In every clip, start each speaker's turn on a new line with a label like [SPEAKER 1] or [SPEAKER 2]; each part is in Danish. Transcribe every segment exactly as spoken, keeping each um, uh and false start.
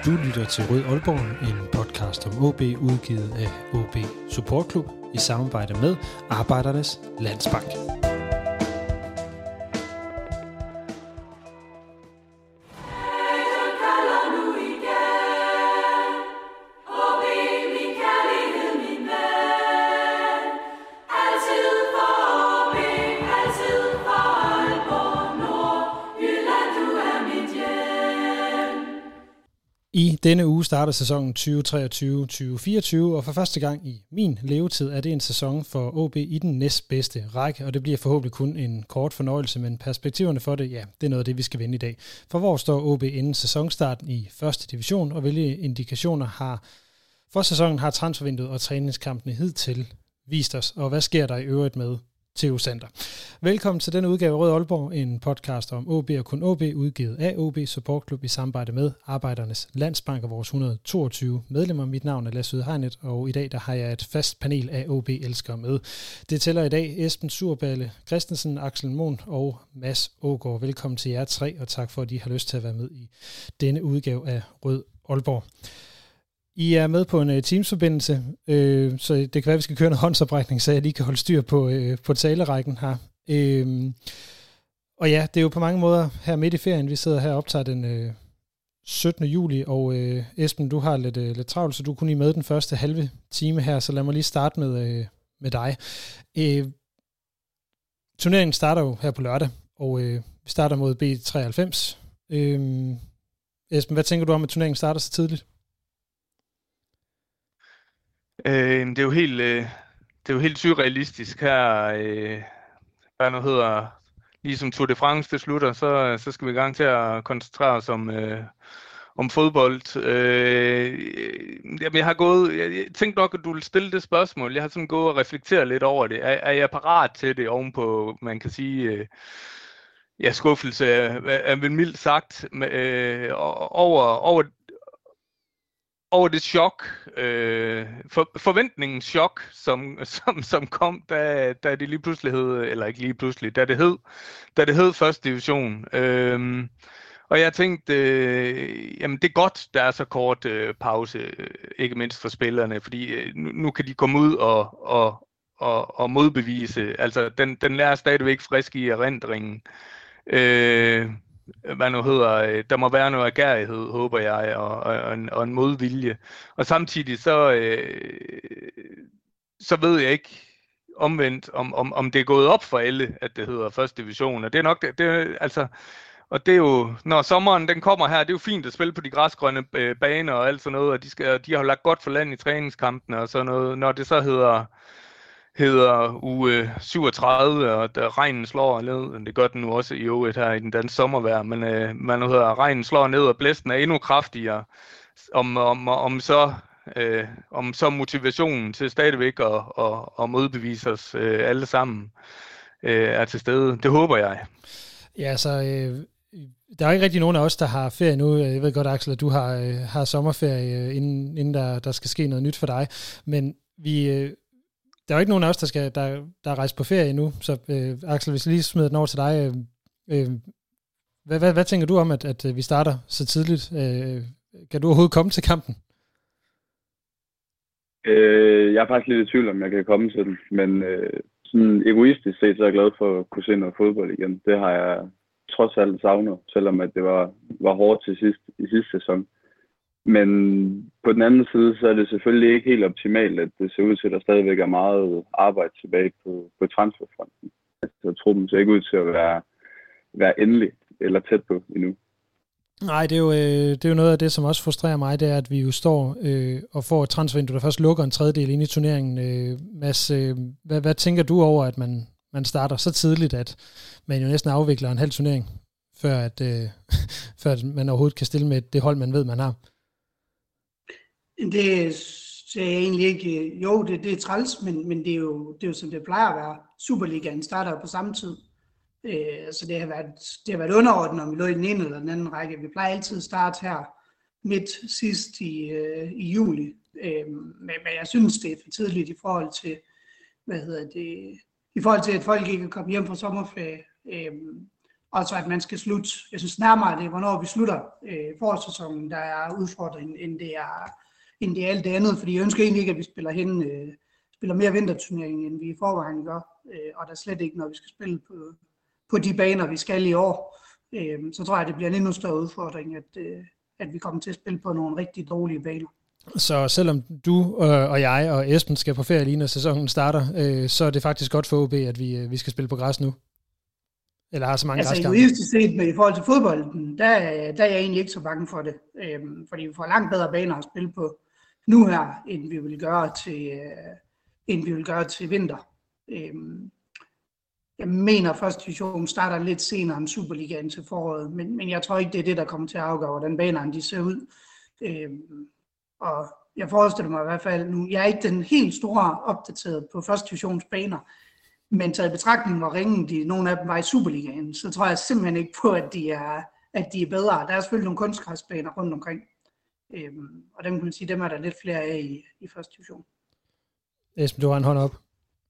[SPEAKER 1] Du lytter til Rød Aalborg, en podcast om O B udgivet af O B Support Club i samarbejde med Arbejdernes Landsbank. I denne uge starter sæsonen tyve treogtyve tyve fireogtyve, og for første gang i min levetid er det en sæson for O B i den næstbedste række, og det bliver forhåbentlig kun en kort fornøjelse, men perspektiverne for det, ja, det er noget af det, vi skal vende i dag. For hvor står O B inden sæsonstarten i første division, og hvilke indikationer har for sæsonen har transfervinduet og træningskampene hidtil vist os, og hvad sker der i øvrigt med Theo Sander? Velkommen til denne udgave af Rød Aalborg, en podcast om O B og kun O B, udgivet af O B Support Club i samarbejde med Arbejdernes Landsbank og vores et hundrede og toogtyve medlemmer. Mit navn er Lasse Udhegnet, og i dag der har jeg et fast panel af O B-elskere med. Det tæller i dag Esben Surballe Christensen, Axel Mohn og Mads Aagaard. Velkommen til jer tre, og tak for, at I har lyst til at være med i denne udgave af Rød Aalborg. I er med på en uh, Teams-forbindelse, øh, så det kan være, at vi skal køre noget håndsoprækning, så jeg lige kan holde styr på, øh, på talerækken her. Øh, og ja, det er jo på mange måder her midt i ferien. Vi sidder her og optager den øh, syttende juli, og øh, Esben, du har lidt, øh, lidt travlt, så du kunne lige med den første halve time her, så lad mig lige starte med, øh, med dig. Øh, turneringen starter jo her på lørdag, og øh, vi starter mod B treoghalvfems. Øh, Esben, hvad tænker du om, at turneringen starter så tidligt?
[SPEAKER 2] Øh, det er jo helt, øh, det er jo helt surrealistisk her. Øh, hvad nu hedder, ligesom Tour de France det slutter, så, så skal vi i gang til at koncentrere os om, øh, om fodbold. Øh, jamen, jeg har gået, jeg, jeg tænkte nok, at du ville stille det spørgsmål. Jeg har sådan gået og reflekteret lidt over det. Er, er jeg parat til det ovenpå, man kan sige, øh, ja, skuffelse er, er vel mildt sagt, øh, over, over over det chok, øh, for, forventningens chok, som, som, som kom, da, da det lige pludselig hed, eller ikke lige pludselig, da det hed, da det hed første division. Øh, og jeg tænkte, øh, jamen det er godt, der er så kort øh, pause, øh, ikke mindst for spillerne, fordi øh, nu, nu kan de komme ud og, og, og, og modbevise. Altså, den, den lærer stadigvæk frisk i erindringen. Øh, hvad nu hedder, der må være noget agerighed, håber jeg, og, og, en, og en modvilje. Og samtidig så, øh, så ved jeg ikke omvendt, om, om, om det er gået op for alle, at det hedder første division. Og det er nok, det, det altså, og det er jo, når sommeren den kommer her, det er jo fint at spille på de græsgrønne øh, baner og alt sådan noget, og de, skal, de har lagt godt for land i træningskampene og sådan noget. Når det så hedder hedder uge syvogtredive, og der regnen slår ned. Det gør den nu også i øvrigt her i den danske sommervejr, men øh, man hedder, regnen slår ned, og blæsten er endnu kraftigere. Om, om, om, så, øh, om så motivationen til stadigvæk at, at, at modbevise os øh, alle sammen øh, er til stede. Det håber jeg.
[SPEAKER 1] Ja, så øh, der er ikke rigtig nogen af os, der har ferie nu. Jeg ved godt, Axel, at du har, øh, har sommerferie, inden, inden der, der skal ske noget nyt for dig. Men vi... Øh, Der er jo ikke nogen af os, der, skal, der, der er rejst på ferie nu, så øh, Axel, hvis jeg lige smider den over til dig, øh, øh, hvad, hvad, hvad tænker du om, at, at vi starter så tidligt? Øh, kan du overhovedet komme til kampen?
[SPEAKER 3] Øh, jeg er faktisk lidt i tvivl, om jeg kan komme til den, men øh, sådan egoistisk set, så er jeg glad for at kunne se noget fodbold igen. Det har jeg trods alt savnet, selvom at det var, var hårdt til sidst, i sidste sæson. Men på den anden side, så er det selvfølgelig ikke helt optimalt, at det ser ud til, at der stadigvæk er meget arbejde tilbage på, på transferfronten. Altså, truppen ser ikke ud til at være, være endelig eller tæt på endnu.
[SPEAKER 1] Nej, det er, jo, øh, det er jo noget af det, som også frustrerer mig, det er, at vi jo står øh, og får et transfervindue, der først lukker en tredjedel ind i turneringen. Øh, Mads, øh, hvad, hvad tænker du over, at man, man starter så tidligt, at man jo næsten afvikler en halv turnering, før, at, øh, før at man overhovedet kan stille med det hold, man ved, man har?
[SPEAKER 4] Det ser jeg egentlig ikke. Jo, det, det er træls, men, men det, er jo, det er jo som det plejer at være. Superligaen starter på samme tid. Øh, så det har, været, det har været underordnet, om vi lå i den ene eller den anden række. Vi plejer altid at starte her midt sidst i, øh, i juli. Øh, men, men jeg synes, det er for tidligt i forhold til, hvad hedder det, i forhold til, at folk ikke er kommet hjem fra sommerferie. Øh, og så at man skal slutte, jeg synes nærmere det er, hvornår vi slutter øh, forårssæsonen, der er udfordringen, end det er, end det er alt det andet, fordi jeg ønsker egentlig ikke, at vi spiller hen, øh, spiller mere vinterturnering, end vi i forvejen gør, øh, og der er slet ikke, når vi skal spille på, på de baner, vi skal i år, øh, så tror jeg, det bliver en endnu større udfordring, at, øh, at vi kommer til at spille på nogle rigtig dårlige baner.
[SPEAKER 1] Så selvom du øh, og jeg og Esben skal på ferie lige når sæsonen starter, øh, så er det faktisk godt for O B, at vi, øh, vi skal spille på græs nu? Eller har så mange
[SPEAKER 4] altså,
[SPEAKER 1] græskampe?
[SPEAKER 4] Altså set med i forhold til fodbolden, der, der er jeg egentlig ikke så bange for det. Øhm, fordi vi får langt bedre baner at spille på nu her, end vi vil gøre til, øh, end vi vil gøre til vinter. Øhm, jeg mener, at første division starter lidt senere end Superligaen til foråret, men, men jeg tror ikke, det er det, der kommer til at afgøre, hvordan banerne de ser ud. Øhm, og jeg forestiller mig i hvert fald nu, jeg er ikke den helt store opdateret på første divisions baner, men taget i betragtning, hvor ringen de, nogle af dem var i Superligaen, så tror jeg simpelthen ikke på, at de er, at de er bedre. Der er selvfølgelig nogle kunstgræsbaner rundt omkring, øhm, og dem kan man sige, dem er der lidt flere af i, i første division.
[SPEAKER 1] Esben, du har en hånd op.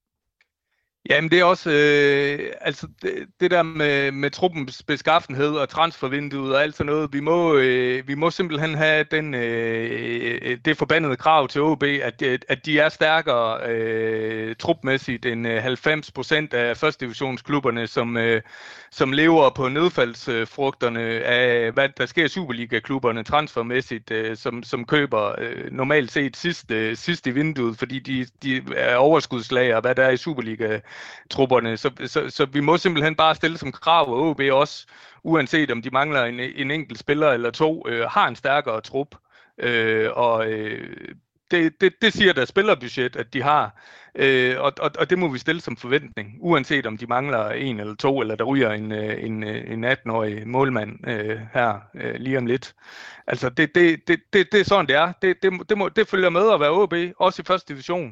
[SPEAKER 2] Jamen det er også, øh, altså det, det der med, med truppens beskaffenhed og transfervinduet og alt sådan noget, vi må, øh, vi må simpelthen have den, øh, det forbandede krav til O B, at, at de er stærkere øh, trupmæssigt end halvfems procent af første divisionsklubberne, som, øh, som lever på nedfaldsfrugterne af, hvad der sker i Superliga-klubberne transfermæssigt, øh, som, som køber øh, normalt set sidst, øh, sidst i vinduet, fordi de, de er overskudslager, hvad der er i Superliga trupperne, så, så, så vi må simpelthen bare stille som krav, og O B også, uanset om de mangler en, en enkelt spiller eller to, øh, har en stærkere trup, øh, og øh, det, det, det siger der spillerbudget, at de har, øh, og, og, og det må vi stille som forventning, uanset om de mangler en eller to, eller der ryger en, en, en atten-årig målmand øh, her øh, lige om lidt. Altså det, det, det, det, det er sådan det er, det, det, det, må, det følger med at være O B, også i første division.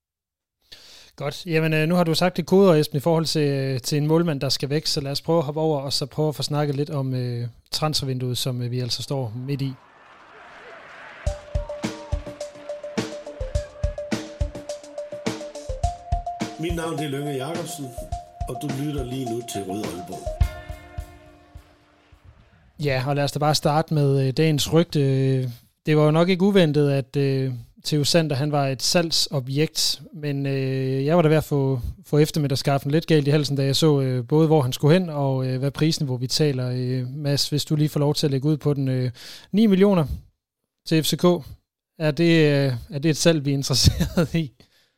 [SPEAKER 1] Godt. Jamen, nu har du sagt det koder, Esben, i forhold til, til en målmand, der skal væk, så lad os prøve at hoppe over, og så prøve at få snakket lidt om øh, transfervinduet, som øh, vi altså står midt i.
[SPEAKER 5] Mit navn er Lønge Jacobsen, og du lytter lige nu til Rød Aalborg.
[SPEAKER 1] Ja, og lad os da bare starte med øh, dagens rygte. Det var jo nok ikke uventet, at øh, Theo Sander, han var et salgsobjekt, men øh, jeg var da ved at få, få eftermiddagskaffen lidt galt i halsen, da jeg så øh, både, hvor han skulle hen, og øh, hvad prisniveau vi taler. Øh, Mads, hvis du lige får lov til at lægge ud på den. Øh, ni millioner til F C K. Er det, øh, er det et salg, vi er interesseret i?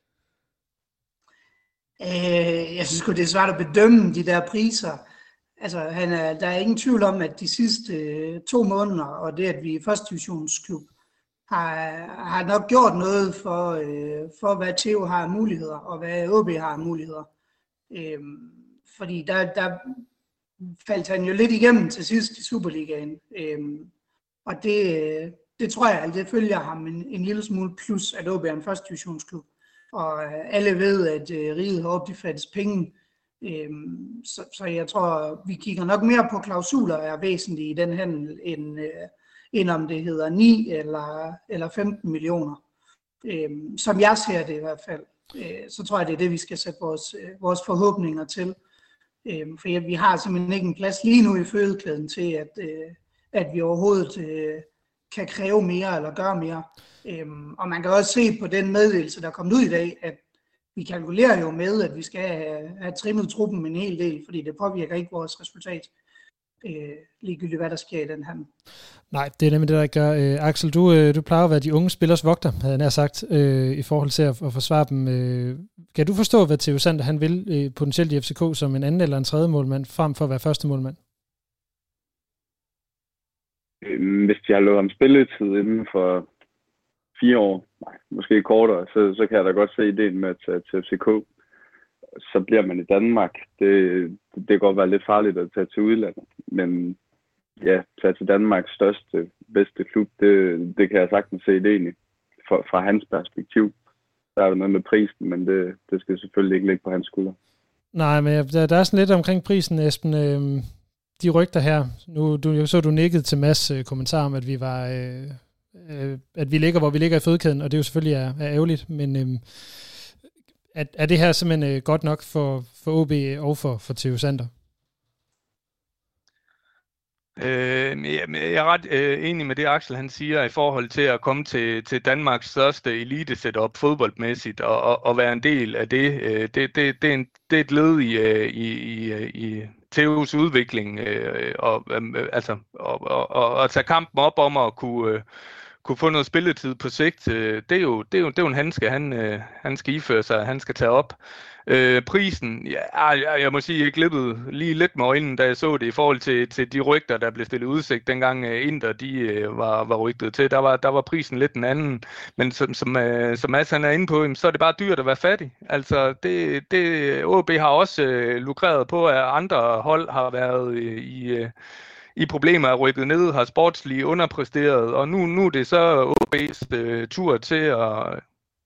[SPEAKER 4] Øh, jeg synes det er svært at bedømme de der priser. Altså, han er, der er ingen tvivl om, at de sidste øh, to måneder, og det, at vi er første divisionsklub, har, har nok gjort noget for, øh, for, hvad Theo har af muligheder, og hvad O B har af muligheder. Øh, fordi der, der faldt han jo lidt igennem til sidst i Superligaen. Øh, og det, det tror jeg, at det følger ham en, en lille smule, plus at O B er en første divisionsklub. Og øh, alle ved, at øh, riget har opfattet penge. Øhm, så, så jeg tror, vi kigger nok mere på klausuler er væsentlige i den handel, end, øh, end om det hedder ni eller, eller femten millioner. Øhm, som jeg ser det i hvert fald, øh, så tror jeg, det er det, vi skal sætte vores, øh, vores forhåbninger til. Øhm, for ja, vi har simpelthen ikke en plads lige nu i fødekæden til, at, øh, at vi overhovedet øh, kan kræve mere eller gøre mere. Øhm, og man kan også se på den meddelelse, der er kommet ud i dag, at vi kalkulerer jo med, at vi skal have, have trimmet truppen en hel del, fordi det påvirker ikke vores resultat, øh, ligegyldigt hvad der sker i den her.
[SPEAKER 1] Nej, det er nemlig det, der gør. Øh, Axel, du, øh, du plejer at være de unge spillers vogter, havde jeg nær sagt, øh, i forhold til at, at forsvare dem. Øh, kan du forstå, hvad Theo Sander han vil øh, potentielt i F C K som en anden eller en tredje målmand, frem for at være første målmand?
[SPEAKER 3] Hvis de har lavet ham spilletid inden for fire år, nej, måske kortere, så, så kan jeg da godt se ideen med at tage til F C K. Så bliver man i Danmark. Det, det kan godt være lidt farligt at tage til udlandet, men ja, tage til Danmarks største, bedste klub, det, det kan jeg sagtens se ideen i, fra, fra hans perspektiv. Der er jo noget med prisen, men det, det skal selvfølgelig ikke ligge på hans skulder.
[SPEAKER 1] Nej, men der, der er sådan lidt omkring prisen, Esben. Øh, de rygter her, nu du, så du nikket til Mads øh, kommentar om, at vi var... Øh, at vi ligger, hvor vi ligger i fødekæden, og det er jo selvfølgelig er, er ærgerligt, men øhm, er, er det her simpelthen øh, godt nok for, for O B og for, for Theo Sander?
[SPEAKER 2] Øh, jeg er ret øh, enig med det, Axel han siger, i forhold til at komme til, til Danmarks største elite-setup fodboldmæssigt og, og, og være en del af det. Øh, det, det, det, er en, det er et led i, i, i, i Theos udvikling, øh, og, øh, altså, og, og, og, og tage kampen op om at kunne, øh, kunne få noget spilletid på sigt. Øh, det, er jo, det, er jo, det er jo en handske, han, øh, han skal iføre sig, han skal tage op. Øh, prisen, ja, jeg, jeg må sige, jeg glippede lige lidt med øjnene, da jeg så det i forhold til, til de rygter, der blev stillet udsigt, dengang uh, Inter de, uh, var, var rygtet til. Der var, der var prisen lidt en anden, men som, som, uh, som Mads han er inde på, så er det bare dyrt at være fattig. Altså, det, det, A B har også uh, lukreret på, at andre hold har været uh, i... Uh, i problemer er rykket ned, har sportslige underpræsteret, og nu, nu er det så A B's uh, tur til at...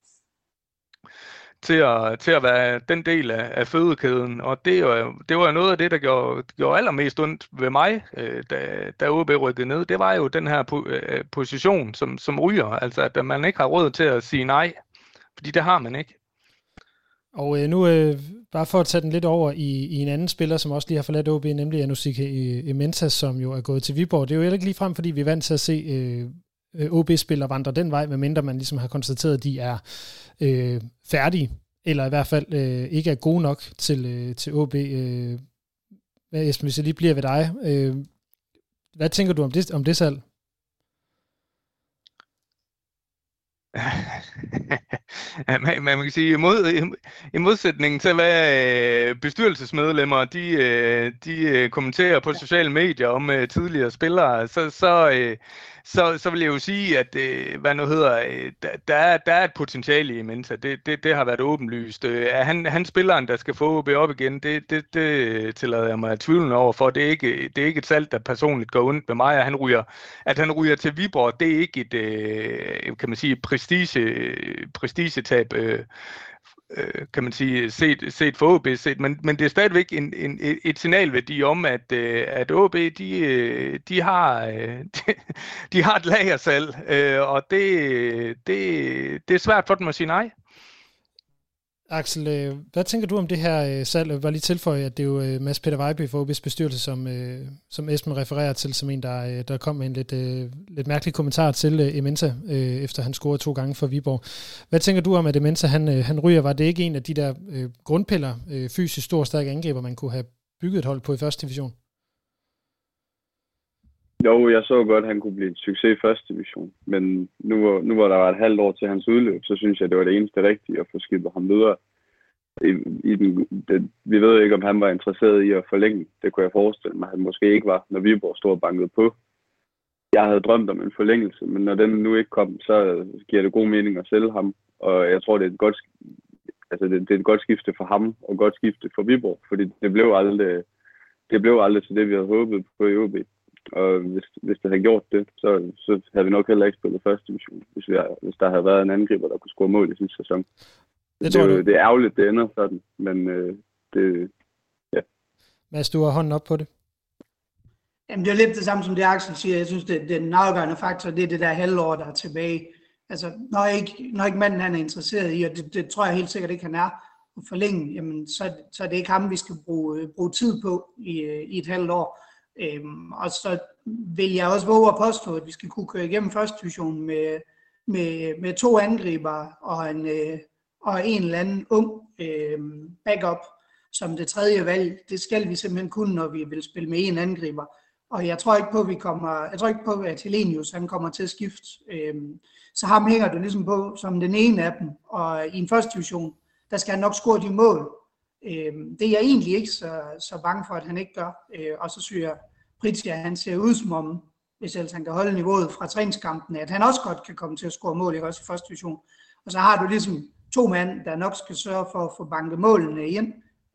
[SPEAKER 2] Til at, til at være den del af, af fødekæden, og det var, det var noget af det, der gjorde, gjorde allermest ondt ved mig, øh, da, da A B rykkede ned. Det var jo den her po- øh, position, som, som ryger, altså at man ikke har råd til at sige nej, fordi det har man ikke.
[SPEAKER 1] Og øh, nu, øh, bare for at tage den lidt over i, i en anden spiller, som også lige har forladt A B, nemlig Anusike Ementa, som jo er gået til Viborg. Det er jo ikke lige frem, fordi vi er vant til at se øh, A B-spillere vandre den vej, medmindre man ligesom har konstateret, at de er øh, færdige, eller i hvert fald øh, ikke er gode nok til, øh, til A B. Øh, Esben, hvis jeg lige bliver ved dig, øh, hvad tænker du om det, om det salg?
[SPEAKER 2] Ja, man, man kan sige, imod, i modsætning til hvad bestyrelsesmedlemmer de, de kommenterer på sociale medier om tidligere spillere, så, så, så, så vil jeg jo sige, at hvad nu hedder, der, er, der er et potentiale i Ementa. Det, det, det har været åbenlyst. Er han, han spilleren, der skal få A B op igen, det, det, det tillader jeg mig at tvivle over for. Det er ikke, det er ikke et salg, der personligt går ondt med mig, at han ryger, at han ryger til Viborg. Det er ikke et, kan man sige, prestige, prestigetab, øh, øh, kan man sige, set, set for A B set, men, men det er stadigvæk en, en, et signalværdi om, at, øh, at A B, de, de, har, øh, de, de har et lagersalg, øh, og det, det, det er svært for dem at sige nej.
[SPEAKER 1] Axel, hvad tænker du om det her salg? Jeg vil bare lige tilføje, at det er jo Mads Peter Vejby fra A B's bestyrelse, som, som Esben refererer til, som en, der, der kom med en lidt, lidt mærkelig kommentar til Ementa, efter han scorede to gange for Viborg. Hvad tænker du om, at Ementa han, han ryger? Var det ikke en af de der grundpiller, fysisk stor, stærke angriber, man kunne have bygget et hold på i første division?
[SPEAKER 3] Jo, jeg så godt, at han kunne blive en succes i første division, men nu, nu hvor der var et halvt år til hans udløb, så synes jeg, det var det eneste rigtige at få skibet ham videre. I, i den, det, vi ved ikke, om han var interesseret i at forlænge. Det kunne jeg forestille mig, at han måske ikke var, når Viborg stod og bankede på. Jeg havde drømt om en forlængelse, men når den nu ikke kom, så giver det god mening at sælge ham. Og jeg tror, det er et godt, altså det, det er et godt skifte for ham, og et godt skifte for Viborg, fordi det blev aldrig, det blev aldrig til det, vi havde håbet på i A B. Og hvis, hvis det havde gjort det, så, så havde vi nok heller ikke spillet første division, hvis, vi, hvis der havde været en angriber, der kunne score mål i sidste sæson. Det, det, er, jo, det er ærgerligt, det ender sådan, men øh, det, ja.
[SPEAKER 1] Mads, du har hånden op på det.
[SPEAKER 4] Jamen, det er lidt det samme, som det Axel siger. Jeg synes, det, det er den afgørende faktor, det er det der halvår, der er tilbage. Altså, når ikke, når ikke manden han er interesseret i, og det, det tror jeg helt sikkert ikke, han er, at forlænge, jamen, så, så er det ikke ham, vi skal bruge, bruge tid på i, i et halvt år. Øhm, og så vil jeg også våge at påstå, at vi skal kunne køre igennem første division med, med, med to angriber og en, øh, og en eller anden ung øh, backup som det tredje valg. Det skal vi simpelthen kunne, når vi vil spille med en angriber. Og jeg tror ikke på, at vi kommer, jeg tror ikke på, at Helenius han kommer til at skifte. Øhm, så ham hænger du ligesom på som den ene af dem. Og i en første division, der skal han nok score de mål. Øhm, det er jeg egentlig ikke så, så bange for, at han ikke gør. Øh, og så synes jeg, Pritja, han ser ud som om, hvis ellers han kan holde niveauet fra træningskampene, at han også godt kan komme til at score mål, ikke også i første division. Og så har du ligesom to mand, der nok skal sørge for at få banket målene ind.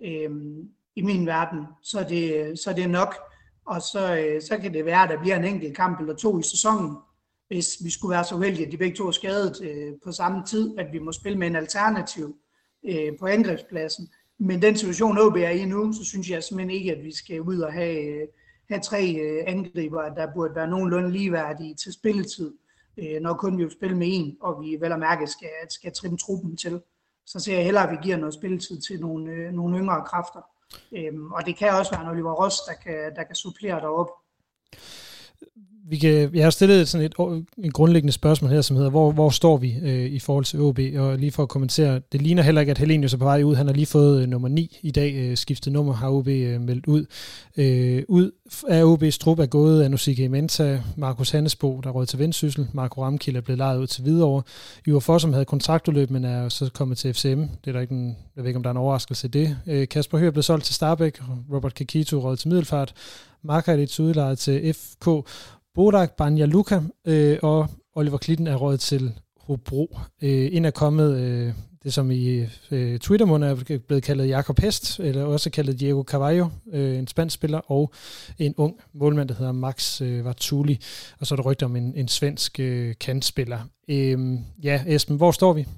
[SPEAKER 4] Øhm, I min verden, så er det, så er det nok. Og så, øh, så kan det være, at der bliver en enkelt kamp eller to i sæsonen, hvis vi skulle være så uheldige, at de begge to er skadet øh, på samme tid, at vi må spille med en alternativ øh, på angrebspladsen. Men den situation, A B er i nu, så synes jeg simpelthen ikke, at vi skal ud og have, øh, have tre øh, angriber, der burde være nogenlunde ligeværdige til spilletid, øh, når kun vi vil spille med en, og vi vel og mærke skal, skal trimme truppen til. Så ser jeg hellere, at vi giver noget spilletid til nogle, øh, nogle yngre kræfter. Øhm, og det kan også være en Oliver Ross, der kan, der kan supplere derop.
[SPEAKER 1] Vi kan, jeg har stillet sådan et, et grundlæggende spørgsmål her, som hedder, hvor, hvor står vi øh, i forhold til O B? Og lige for at kommentere, det ligner heller ikke, at Helenius er på vej ud. Han har lige fået øh, nummer ni i dag. Øh, skiftet nummer har O B øh, meldt ud. Øh, ud af O B's trup er gået Anusike Menta, Markus Hannesbo, der råd til Vendsyssel. Marco Ramkild er blevet lejet ud til Hvidovre. Ivar Fossum havde kontraktudløb, men er så kommet til F C M. Det er der ikke en, jeg ved ikke, om der er en overraskelse i det. Øh, Kasper Høgh er blevet solgt til Starbæk. Robert Kakito råd til Middelfart. Markaric udlejet til F K. Bodak Banja Luka øh, og Oliver Klitten er råd til Hobro. Øh, ind er kommet øh, det, som i øh, Twitter-måned er blevet kaldet Jakob Hest, eller også kaldet Diego Carvalho, øh, en spansk spiller, og en ung målmand, der hedder Max øh, Vartuli. Og så er der rygter om en, en svensk øh, kantspiller. Øh, ja, Esben, hvor står vi?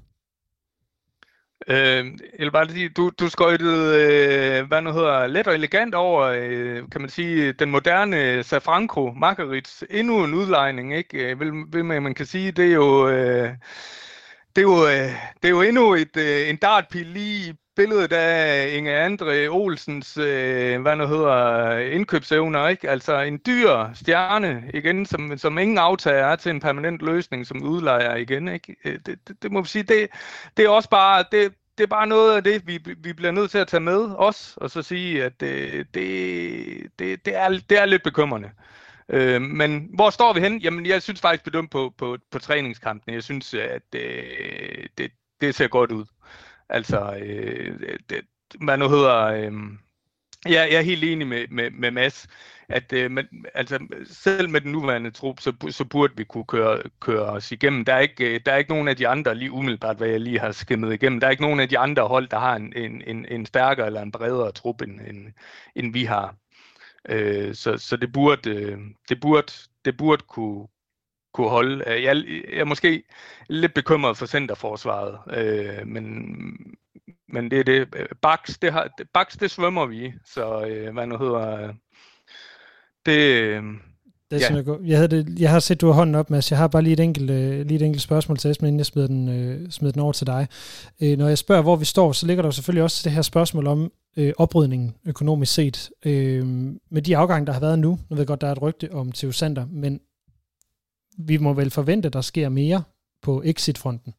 [SPEAKER 2] Øh, jeg vil bare sige, du, du skøjtede, øh, hvad nu hedder, let og elegant over, øh, kan man sige, den moderne Safranco Markaric. Endnu en udlejning, ikke? Vil, vil man, man kan sige, det er jo, øh, det er jo, øh, det er jo endnu et, øh, en dartpil lige i billedet af Inge André Olsens, øh, hvad nu hedder, indkøbsevner, ikke? Altså en dyr stjerne, igen, som, som ingen aftager er til en permanent løsning, som udlejer igen, ikke? Det, det, det må vi sige, det, det er også bare, det, det er bare noget af det, vi, vi bliver nødt til at tage med os, og så sige, at det, det, det, det, er, det er lidt bekymrende. Øh, men hvor står vi hen? Jamen, jeg synes faktisk bedømt på, på, på træningskampene. Jeg synes, at det, det, det ser godt ud. Altså, øh, det, hvad nu hedder, øh, jeg, jeg er helt enig med, med, med Mads, at øh, men, altså, selv med den nuværende trup, så, så burde vi kunne køre, køre os igennem. Der er, ikke, der er ikke nogen af de andre, lige umiddelbart, hvad jeg lige har skimmet igennem, der er ikke nogen af de andre hold, der har en, en, en, en stærkere eller en bredere trup, end, end, end vi har. Øh, så så det, burde, øh, det, burde, det burde kunne, kunne holde. Jeg, jeg er måske lidt bekymret for centerforsvaret, øh, men, men det er det. Baks, det, har, Baks, det svømmer vi i, så øh, hvad nu hedder det... Øh,
[SPEAKER 1] det er ja. jeg, havde det, jeg har set, du har hånden op, Mads. Jeg har bare lige et enkelt, øh, lige et enkelt spørgsmål til Esben, inden jeg smider den, øh, smider den over til dig. Øh, når jeg spørger, hvor vi står, så ligger der jo selvfølgelig også det her spørgsmål om øh, oprydningen økonomisk set. Øh, med de afgange, der har været nu, nu ved jeg godt, der er et rygte om Theo Sander, men vi må vel forvente, at der sker mere på exit-fronten?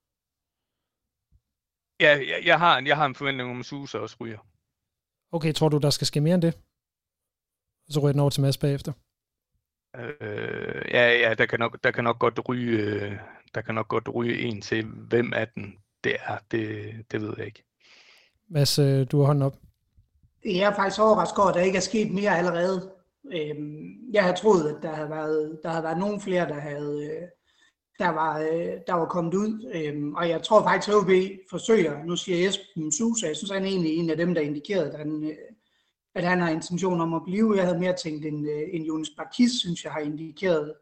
[SPEAKER 2] Ja, jeg, jeg, har, jeg har en forventning om, at Suse også ryger.
[SPEAKER 1] Okay, tror du, der skal ske mere end det? Så ryger den over til Mads bagefter.
[SPEAKER 2] Øh, ja, ja, der kan nok, der kan nok godt ryge, der kan nok godt ryge en til. Hvem af den det er, det, det ved jeg ikke.
[SPEAKER 1] Mads, du har hånden op.
[SPEAKER 4] Jeg er faktisk overrasket over, at der ikke er sket mere allerede. Jeg havde troet, at der havde været, der havde været nogle flere, der havde, der var, der var kommet ud. Og jeg tror faktisk, at O B forsøger, nu siger Esben Suse, jeg synes, han er egentlig en af dem, der indikerede, at han, at han har intention om at blive. Jeg havde mere tænkt, en, en Jonas Bakis, synes jeg, har indikeret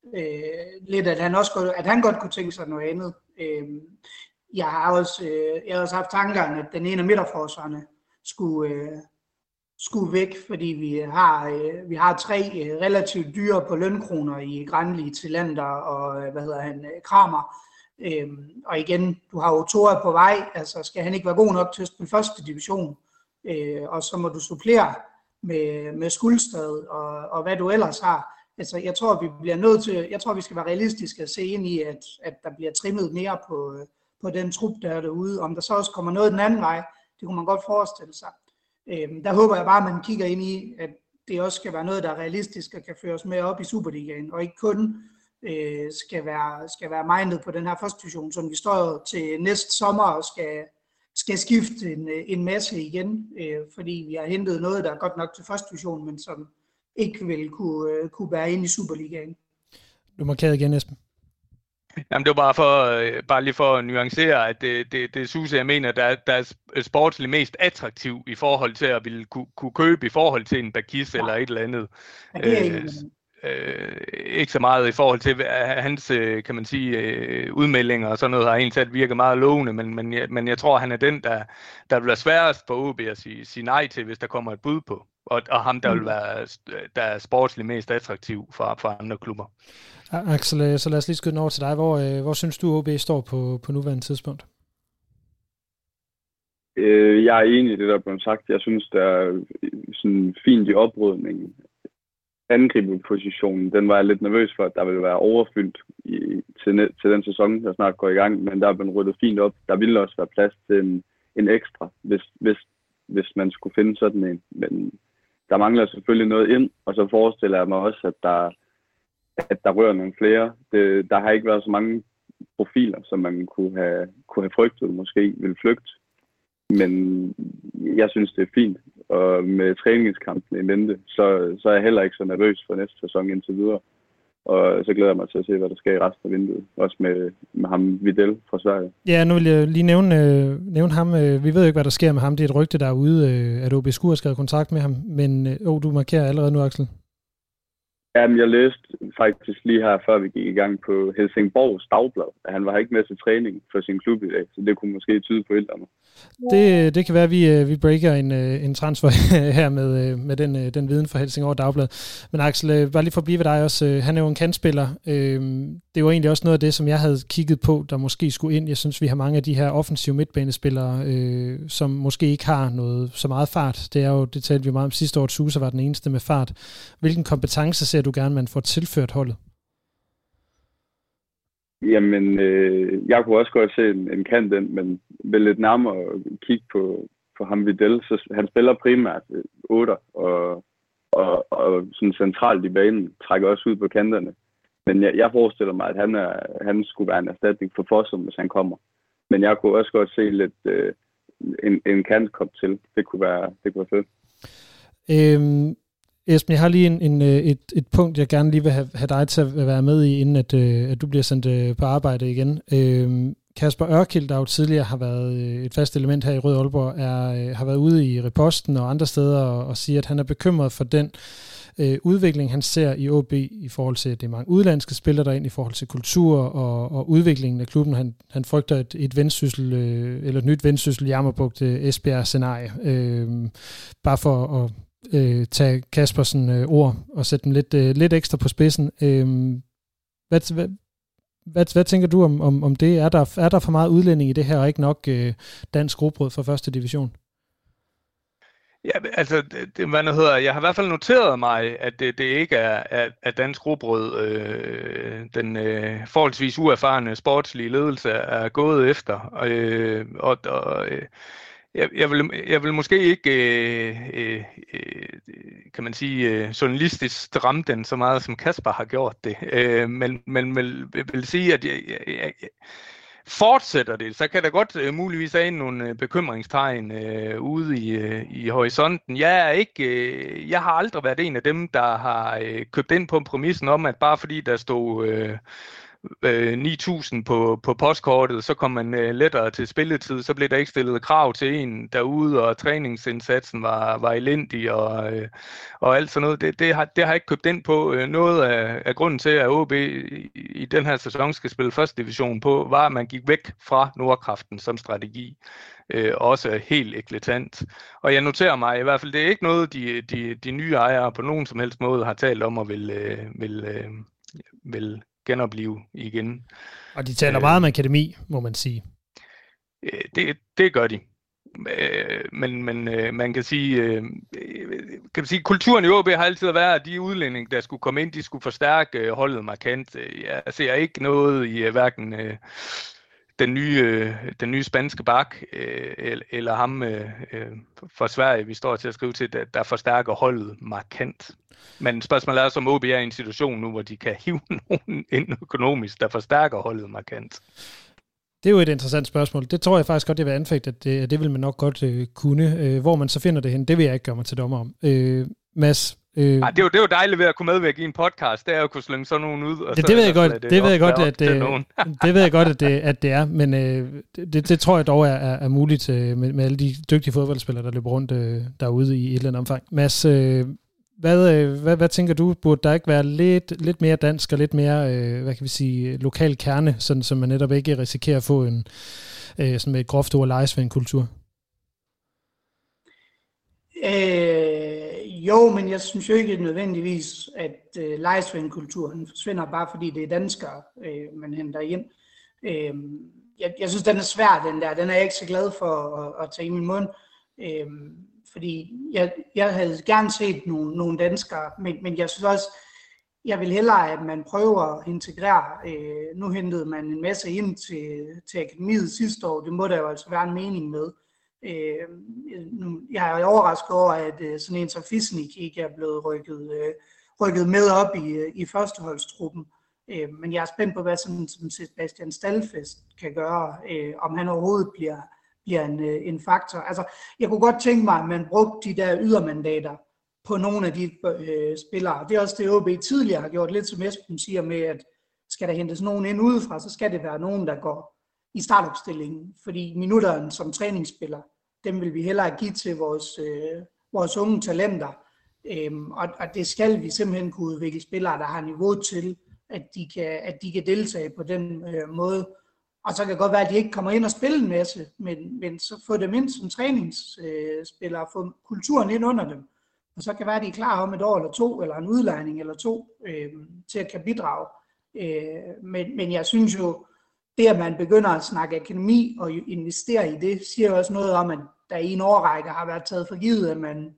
[SPEAKER 4] øh, lidt, at han også godt, at han godt kunne tænke sig noget andet. Øh, jeg har også, øh, jeg har også haft tankerne, at den ene af midterforsvarerne skulle, øh, skulle væk, fordi vi har, øh, vi har tre øh, relativt dyre på lønkroner i Granli, Tillander og øh, hvad hedder han, Kramer. Øh, og igen, du har jo Tore på vej, altså skal han ikke være god nok til at spille første division? Øh, og så må du supplere med, med Skuldstad og, og hvad du ellers har. Altså, jeg tror, vi bliver nødt til, jeg tror, vi skal være realistiske og se ind i, at, at der bliver trimmet mere på, på den trup, der er derude. Om der så også kommer noget den anden vej, det kunne man godt forestille sig. Øh, der håber jeg bare, at man kigger ind i, at det også skal være noget, der er realistisk og kan føres med op i Superligaen, og ikke kun øh, skal være, skal være mindet på den her første division, som vi står til næste sommer og skal skal skifte en, en masse igen, øh, fordi vi har hentet noget, der er godt nok til første division, men som ikke vil kunne, øh, kunne være inde i Superligaen.
[SPEAKER 1] Du markerede igen, Esben.
[SPEAKER 2] Jamen, det var bare, for, bare lige for at nuancere, at det, det, det Suse, jeg mener, der, der er sportsligt mest attraktiv i forhold til at ville kunne, kunne købe i forhold til en Bakis ja. eller et eller andet.
[SPEAKER 4] Ja, det er ikke
[SPEAKER 2] øh, Øh, ikke så meget i forhold til hans, kan man sige, øh, udmeldinger og sådan noget har egentlig talt virket meget lovende, men, men, jeg, men jeg tror, han er den, der, der bliver sværest for O B at sige, sige nej til, hvis der kommer et bud på, og, og ham, der vil være der er sportsligt mest attraktiv for, for andre klubber.
[SPEAKER 1] Axel, så lad os lige skyde den over til dig. Hvor, hvor synes du, O B står på, på nuværende tidspunkt?
[SPEAKER 3] Øh, jeg er enig i det, der er blevet sagt. Jeg synes, der er sådan fint i oprydningen. angriberpositionen, den var jeg lidt nervøs for, at der ville være overfyldt i, til, til den sæson, der snart går i gang, men der er blevet ryddet fint op. Der ville også være plads til en, en ekstra, hvis, hvis, hvis man skulle finde sådan en. Men der mangler selvfølgelig noget ind, og så forestiller jeg mig også, at der, at der rører nogle flere. Det, der har ikke været så mange profiler, som man kunne have, kunne have frygtet, måske ville flygte. Men jeg synes, det er fint. Og med træningskampen i mente, så, så er jeg heller ikke så nervøs for næste sæson indtil videre. Og så glæder jeg mig til at se, hvad der sker i resten af vinduet. Også med, med ham Vidal fra Sverige.
[SPEAKER 1] Ja, nu vil jeg lige nævne, øh, nævne ham. Vi ved jo ikke, hvad der sker med ham. Det er et rygte, der er ude, øh, at O B Skur har skrevet kontrakt med ham. Men øh, oh, du markerer allerede nu, Axel.
[SPEAKER 3] Jamen, jeg læste faktisk lige her, før vi gik i gang på Helsingborgs Dagblad, at han var ikke med til træning for sin klub i dag, så det kunne måske tyde på et eller andet.
[SPEAKER 1] Det, det kan være, at vi, vi breaker en, en transfer her med, med den, den viden fra Helsingborg Dagblad. Men Axel, bare lige for at blive ved dig også, han er jo en kantspiller. Det var egentlig også noget af det, som jeg havde kigget på, der måske skulle ind. Jeg synes, vi har mange af de her offensive midtbanespillere, som måske ikke har noget så meget fart. Det er jo, det talte vi meget om sidste år, at Sousa var den eneste med fart. Hvilken kompetence ser du gerne, man får tilført holdet?
[SPEAKER 3] Jamen, øh, jeg kunne også godt se en, en kant den, men ved lidt nærmere kigge på, på ham Vidal, så han spiller primært otter og, og, og sådan centralt i banen, trækker også ud på kanterne. Men jeg, jeg forestiller mig, at han, er, han skulle være en erstatning for Fossum, hvis han kommer. Men jeg kunne også godt se lidt øh, en, en kant kom til. Det kunne være, det kunne være fedt.
[SPEAKER 1] Øhm Esben, jeg har lige en, en, et, et punkt, jeg gerne lige vil have, have dig til at være med i, inden at, at du bliver sendt på arbejde igen. Øhm, Kasper Ørkild, der jo tidligere har været et fast element her i Rød Aalborg, er, har været ude i Reposten og andre steder og, og siger, at han er bekymret for den øh, udvikling, han ser i O B i forhold til, at det er mange udlandske spillere derind, i forhold til kultur og, og udviklingen af klubben. Han, han frygter et, et vendsyssel, øh, eller et nyt vendsyssel Jammerbugt Esbjerg-scenarie. Øh, bare for at Øh, tage Kaspersen øh, ord og sætte dem lidt, øh, lidt ekstra på spidsen. Øh, hvad, hvad, hvad, hvad tænker du om, om, om det? Er der, er der for meget udlænding i det her, og ikke nok øh, dansk grobrød for første division?
[SPEAKER 2] Ja, altså, det, hvad det hedder, jeg har i hvert fald noteret mig, at det, det ikke er, er, er dansk grobrød, øh, den øh, forholdsvis uerfarne sportslige ledelse er gået efter. Øh, og og øh, Jeg, jeg, vil, jeg vil måske ikke, øh, øh, kan man sige, øh, journalistisk ramme den så meget, som Kasper har gjort det. Øh, men men vil, vil sige, at jeg, jeg, jeg, fortsætter det, så kan der godt øh, muligvis have nogle bekymringstegn øh, ude i, øh, i horisonten. Jeg er ikke, øh, jeg har aldrig været en af dem, der har øh, købt ind på præmissen om, at bare fordi der stod Øh, ni tusind på, på postkortet, så kom man uh, lettere til spilletid, så blev der ikke stillet krav til en derude, og træningsindsatsen var, var elendig, og, uh, og alt sådan noget. Det, det, har, det har jeg ikke købt ind på. Uh, noget af, af grunden til, at O B i, i den her sæson skal spille første division på, var, at man gik væk fra Nordkraften som strategi. Uh, også helt eklatant. Og jeg noterer mig i hvert fald, det er ikke noget, de, de, de nye ejere på nogen som helst måde har talt om, og vil, uh, vil, uh, vil genopleve igen.
[SPEAKER 1] Og de taler øh, meget om akademi, må man sige.
[SPEAKER 2] Det, det gør de. Men, men man kan sige, kan man sige, kulturen i O B har altid været, at de udlændinge, der skulle komme ind, de skulle forstærke holdet markant. Jeg ser ikke noget i hverken den nye, den nye spanske bak eller ham fra Sverige, vi står til at skrive til, der forstærker holdet markant. Men spørgsmålet er, som O B er i en situation nu, hvor de kan hive nogen ind økonomisk, der forstærker holdet markant.
[SPEAKER 1] Det er jo et interessant spørgsmål. Det tror jeg faktisk godt, jeg vil anfægte, at det, det vil man nok godt øh, kunne. Øh, hvor man så finder det hen, det vil jeg ikke gøre mig til dommer om. Øh, Mads? Øh,
[SPEAKER 2] Ej, det er jo det er jo dejligt ved at kunne medvirke i en podcast, det er jo at kunne slynge sådan nogen ud. Og
[SPEAKER 1] det,
[SPEAKER 2] så
[SPEAKER 1] det ved jeg godt,
[SPEAKER 2] det,
[SPEAKER 1] det ved jeg godt, at det, det ved jeg godt, at det, at det er, men øh, det, det tror jeg dog er, er muligt øh, med, med alle de dygtige fodboldspillere, der løber rundt øh, derude i et eller andet omfang. Mads, øh, Hvad, hvad, hvad tænker du, burde der ikke være lidt, lidt mere dansk og lidt mere, øh, hvad kan vi sige, lokal kerne, sådan så man netop ikke risikerer at få en, øh, sådan med et groft ord, lejesvendkultur?
[SPEAKER 4] Øh, jo, men jeg synes jo ikke nødvendigvis, at øh, lejesvendkulturen forsvinder, bare fordi det er danskere, øh, man henter ind. Øh, jeg, jeg synes, den er svær, den der. Den er jeg ikke så glad for at, at tage i min mund. Øhm, fordi jeg, jeg havde gerne set nogle, nogle danskere, men, men jeg synes også, jeg vil hellere, at man prøver at integrere. Øh, nu hentede man en masse ind til, til akademiet sidste år. Det må der jo altså være en mening med. Øh, nu, jeg er overrasket over, at øh, sådan en som Fisnik ikke er blevet rykket, øh, rykket med op i, i førsteholdstruppen. Øh, men jeg er spændt på, hvad sådan, som Sebastian Stallfest kan gøre, øh, om han overhovedet bliver, bliver en, en faktor. Altså, jeg kunne godt tænke mig, at man brugte de der ydermandater på nogle af de øh, spillere. Det er også det, O B tidligere har gjort, lidt som Esben siger med, at skal der hentes nogen ind udefra, så skal det være nogen, der går i startopstillingen. Fordi minutterne som træningsspiller, dem vil vi hellere give til vores, øh, vores unge talenter. Øhm, og, og det skal vi simpelthen kunne udvikle spillere, der har niveau til, at de kan, at de kan deltage på den øh, måde. Og så kan det godt være, at de ikke kommer ind og spiller en masse, men, men så få dem ind som træningsspillere, øh, få kulturen ind under dem. Og så kan det være, at de er klar om et år eller to, eller en udlejning eller to, øh, til at kan bidrage. Øh, men, men jeg synes jo, det at man begynder at snakke akademi og investere i det, siger også noget om, at der i en årrække har været taget for givet, at man,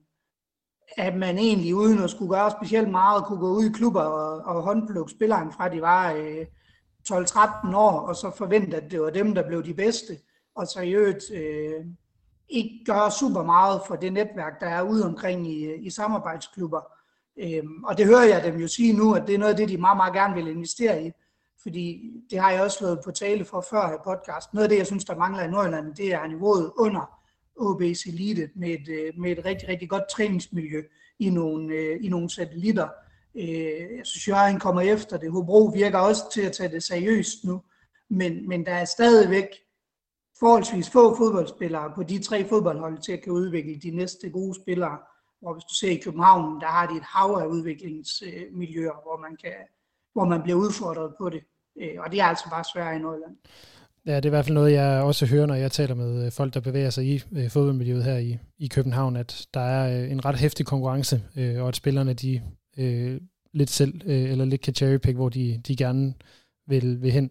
[SPEAKER 4] at man egentlig uden at skulle gøre specielt meget, kunne gå ud i klubber og, og håndplukke spilleren fra de var øh, tolv tretten år, og så forvente, at det var dem, der blev de bedste, og så i øvrigt øh, ikke gøre super meget for det netværk, der er ude omkring i, i samarbejdsklubber. Øhm, og det hører jeg dem jo sige nu, at det er noget af det, de meget, meget gerne vil investere i. Fordi det har jeg også slået på tale for før i podcast. Noget af det, jeg synes, der mangler i Nordjylland, det er niveauet under O B's elite med et, med et rigtig, rigtig godt træningsmiljø i nogle, i nogle satellitter. Jeg synes, Jørgen kommer efter det. Hobro virker også til at tage det seriøst nu. Men, men der er stadigvæk forholdsvis få fodboldspillere på de tre fodboldhold til at kan udvikle de næste gode spillere. Og hvis du ser i København, der har de et hav af udviklingsmiljøer, hvor man, kan, hvor man bliver udfordret på det. Og det er altså bare svært i Nordjylland.
[SPEAKER 1] Ja, det er i hvert fald noget, jeg også hører, når jeg taler med folk, der bevæger sig i fodboldmiljøet her i, i København, at der er en ret heftig konkurrence, og at spillerne de øh, lidt selv, øh, eller lidt kan cherrypick, hvor de, de gerne vil, vil hen.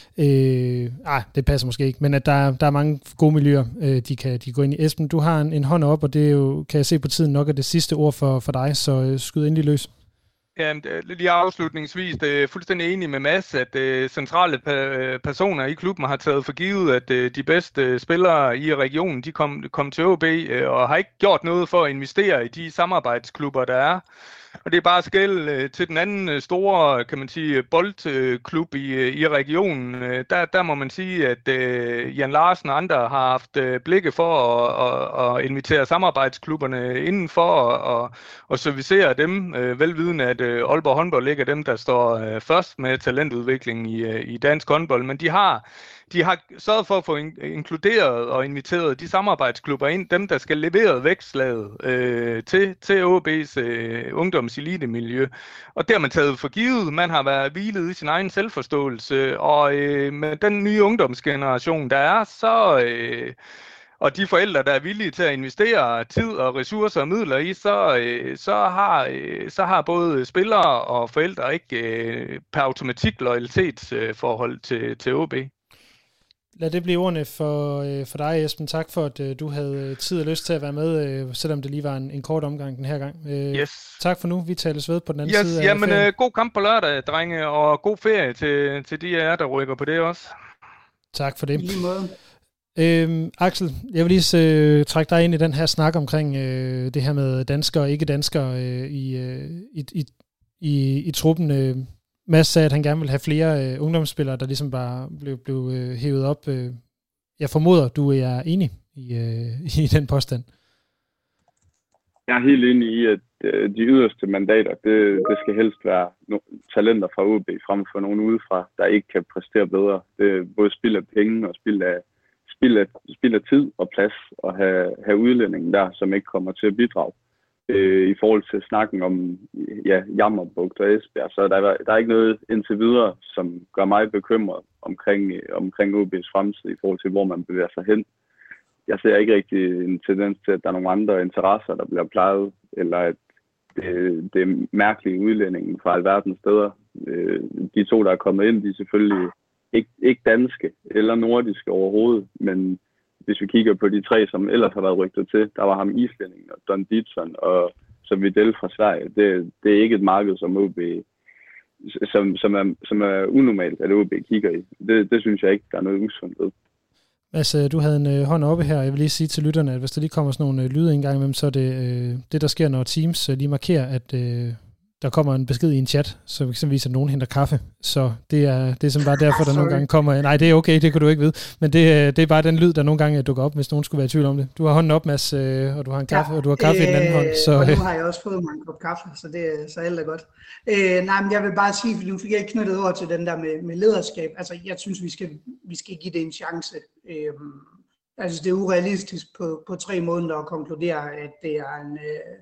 [SPEAKER 1] Øh, ah, det passer måske ikke, men at der, der er mange gode miljøer, øh, de kan de gå ind i. Esben, du har en, en hånd op, og det er jo, kan jeg se på tiden, nok er det sidste ord for, for dig, så øh, skyd endelig løs.
[SPEAKER 2] Ja, lige afslutningsvis, det er fuldstændig enig med Mads, at uh, centrale pa- personer i klubben har taget for givet, at uh, de bedste spillere i regionen, de kom, kom til O B uh, og har ikke gjort noget for at investere i de samarbejdsklubber, der er. Og det er bare skæld uh, til den anden store, kan man sige, boldklub i, uh, i regionen. Uh, der, der må man sige, at uh, Jan Larsen og andre har haft uh, blikke for at, at, at invitere samarbejdsklubberne indenfor og, og, og servicere dem, uh, velvidende at uh, Aalborg håndbold ikke er dem, der står uh, først med talentudvikling i, uh, i dansk håndbold, men de har De har sørget for at få inkluderet og inviteret de samarbejdsklubber ind, dem der skal levere vækstlaget øh, til, til O B's øh, ungdomselitemiljø. Og det har man taget for givet. Man har været hvilet i sin egen selvforståelse, og øh, med den nye ungdomsgeneration, der er, så... Øh, og de forældre, der er villige til at investere tid og ressourcer og midler i, så, øh, så, har, øh, så har både spillere og forældre ikke øh, per automatik loyalitetsforhold til, til O B.
[SPEAKER 1] Lad det blive ordene for, øh, for dig, Esben. Tak for, at øh, du havde tid og lyst til at være med, øh, selvom det lige var en, en kort omgang den her gang. Øh,
[SPEAKER 2] yes.
[SPEAKER 1] Tak for nu. Vi tales ved på den anden
[SPEAKER 2] yes,
[SPEAKER 1] side af
[SPEAKER 2] jamen,
[SPEAKER 1] ferien.
[SPEAKER 2] Øh, god kamp på lørdag, drenge, og god ferie til, til de af jer, der rykker på det også.
[SPEAKER 1] Tak for det.
[SPEAKER 4] I lige måde.
[SPEAKER 1] Øhm, Axel, jeg vil lige øh, trække dig ind i den her snak omkring øh, det her med danskere og ikke-danskere øh, i, øh, i, i, i, i truppen. Øh, Mads sagde, at han gerne vil have flere øh, ungdomsspillere, der ligesom bare blev, blev øh, hævet op. Øh. Jeg formoder, du er enig i, øh, i den påstand.
[SPEAKER 3] Jeg er helt enig i, at øh, de yderste mandater, det, det skal helst være no- talenter fra O B frem for nogen udefra, der ikke kan præstere bedre. Det er både spild af penge og spild af, spild af, spild af tid og plads at have, have udlændingen der, som ikke kommer til at bidrage. Øh, I forhold til snakken om ja, Jammerbugt og Esbjerg, så der, der er ikke noget indtil videre, som gør mig bekymret omkring, omkring O B's fremtid i forhold til, hvor man bevæger sig hen. Jeg ser ikke rigtig en tendens til, at der er nogle andre interesser, der bliver plejet, eller at det, det er mærkelige udlændinge fra alverdens steder. Øh, de to, der er kommet ind, de er selvfølgelig ikke, ikke danske eller nordiske overhovedet, men hvis vi kigger på de tre, som ellers har været rygtet til, der var ham islændingen og Don Dietzson og så Vidal fra Sverige. Det, det er ikke et marked, som O B, som, som, er, som er unormalt, at O B kigger i. Det, det synes jeg ikke, der er noget usundt ved.
[SPEAKER 1] Altså, du havde en øh, hånd oppe her. Jeg vil lige sige til lytterne, at hvis der lige kommer sådan nogle øh, lyde en gang imellem, så er det øh, det, der sker, når Teams øh, lige markerer, at øh, der kommer en besked i en chat, som eksempelvis at nogen henter kaffe. Så det er det er som bare derfor, der nogle gange kommer... Nej, det er okay, det kan du ikke vide. Men det, det er bare den lyd, der nogle gange dukker op, hvis nogen skulle være i tvivl om det. Du har hånden op, Mads, øh, og du har en kaffe, ja, og du har kaffe øh, i den anden hånd. Så,
[SPEAKER 4] og nu har jeg også fået mig en kop kaffe, så, det, så alt er godt. Øh, nej, men jeg vil bare sige, for nu fik jeg ikke knyttet over til den der med, med lederskab. Altså, jeg synes, vi skal, vi skal give det en chance. Øh, altså, det er urealistisk på, på tre måneder at konkludere, at det er en... Øh,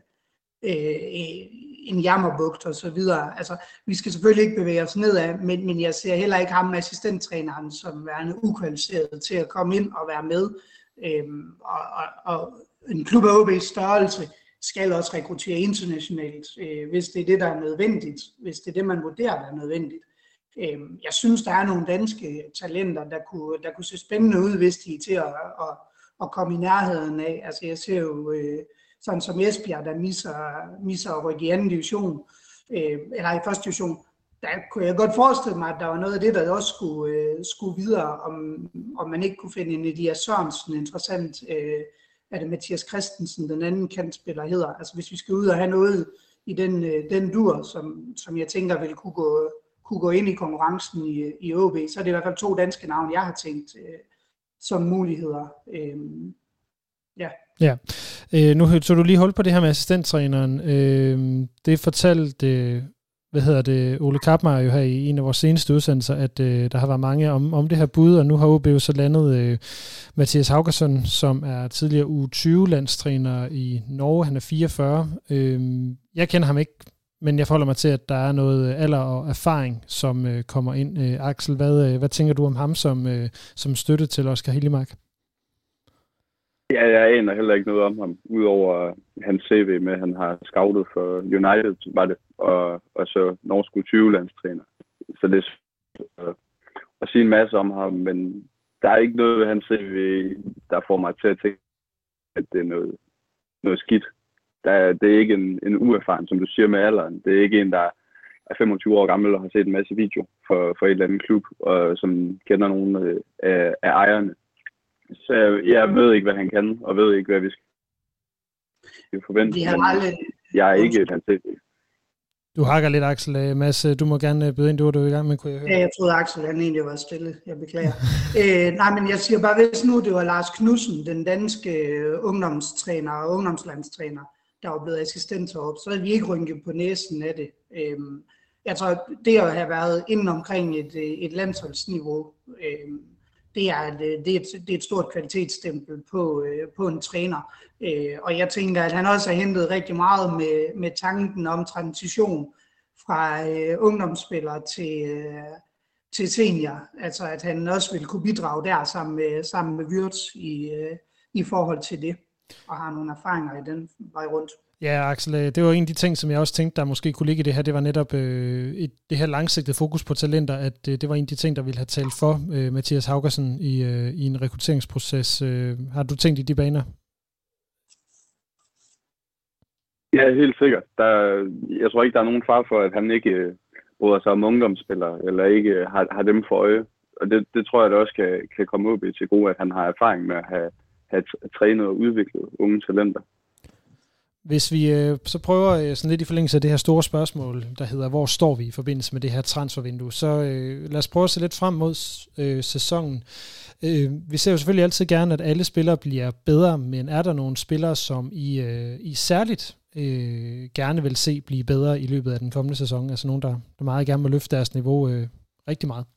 [SPEAKER 4] en jammerbugt og så videre. Altså, vi skal selvfølgelig ikke bevæge os nedad, men, men jeg ser heller ikke ham, assistenttræneren, som værende ukvalificeret til at komme ind og være med. Øhm, og, og, og en klub af O B's størrelse skal også rekruttere internationalt, øh, hvis det er det, der er nødvendigt, hvis det er det, man vurderer, der er nødvendigt. Øhm, jeg synes, der er nogle danske talenter, der kunne, der kunne se spændende ud, hvis de er til at, at, at komme i nærheden af. Altså, jeg ser jo øh, sådan som Esbjerg, der misser, misser at rykke i anden division, øh, eller i første division, der kunne jeg godt forestille mig, at der var noget af det, der også skulle, øh, skulle videre, om, om man ikke kunne finde en Elias Sørensen interessant, øh, er det Mathias Christensen, den anden kantspiller hedder. Altså hvis vi skal ud og have noget i den, øh, den dur, som, som jeg tænker vil kunne gå, kunne gå ind i konkurrencen i, i O B, så er det i hvert fald to danske navne, jeg har tænkt øh, som muligheder. Øh, ja.
[SPEAKER 1] Ja, øh, nu så du lige hul på det her med assistenttræneren. Øh, det fortalte, øh, hvad hedder det, Ole Kappmeier jo her i en af vores seneste udsendelser, at øh, der har været mange om, om det her bud, og nu har O B jo så landet øh, Mathias Haugason, som er tidligere U tyve-landstræner i Norge. Han er fireogfyrre. Øh, jeg kender ham ikke, men jeg forholder mig til, at der er noget alder og erfaring, som øh, kommer ind. Øh, Axel, hvad, øh, hvad tænker du om ham som, øh, som støtte til Oscar Hillemark?
[SPEAKER 3] Ja, jeg aner heller ikke noget om ham, udover hans C V med, at han har scoutet for United, var det, og, og så norsk U tyve-landstræner. Så det er at, at sige en masse om ham, men der er ikke noget ved hans C V, der får mig til at tænke, at det er noget, noget skidt. Der, det er ikke en, en uerfaren, som du siger med alderen. Det er ikke en, der er femogtyve år gammel og har set en masse video for, for et eller andet klub, og som kender nogle af, af ejerne. Så jeg ved ikke, hvad han kan, og ved ikke, hvad vi skal forvente. Jeg er ikke et hans C V.
[SPEAKER 1] Du hakker lidt, Axel. Mads, du må gerne byde ind, du var du i gang med, kunne jeg høre.
[SPEAKER 4] Ja, jeg troede, Axel han egentlig var stille. Jeg beklager. øh, nej, men jeg siger bare, hvis nu det var Lars Knudsen, den danske ungdomstræner og ungdomslandstræner, der var blevet assistent heroppe, så havde vi ikke rynket på næsen af det. Øh, jeg tror, det at have været inden omkring et, et landsholdsniveau, øh, Det er, et, det, er et, det er et stort kvalitetsstempel på, på en træner. Og jeg tænker, at han også har hentet rigtig meget med, med tanken om transition fra ungdomsspiller til, til senior. Altså at han også vil kunne bidrage der sammen med, sammen med Wirtz i, i forhold til det, og har nogle erfaringer i den vej rundt.
[SPEAKER 1] Ja, Axel, det var en af de ting, som jeg også tænkte, der måske kunne ligge i det her. Det var netop øh, et, det her langsigtede fokus på talenter, at øh, det var en af de ting, der ville have talt for øh, Mathias Haugason i, øh, i en rekrutteringsproces. Øh, har du tænkt i de baner?
[SPEAKER 3] Ja, helt sikkert. Der, jeg tror ikke, der er nogen far for, at han ikke øh, bryder sig om ungdomsspillere, eller ikke øh, har, har dem for øje. Og det, det tror jeg, der også kan, kan komme op i til gode, at han har erfaring med at have, have trænet og udviklet unge talenter.
[SPEAKER 1] Hvis vi øh, så prøver øh, sådan lidt i forlængelse af det her store spørgsmål, der hedder, hvor står vi i forbindelse med det her transfervindue, så øh, lad os prøve at se lidt frem mod øh, sæsonen. Øh, vi ser jo selvfølgelig altid gerne, at alle spillere bliver bedre, men er der nogle spillere, som I, øh, I særligt øh, gerne vil se blive bedre i løbet af den kommende sæson? Altså nogen, der, der meget gerne må løfte deres niveau øh, rigtig meget?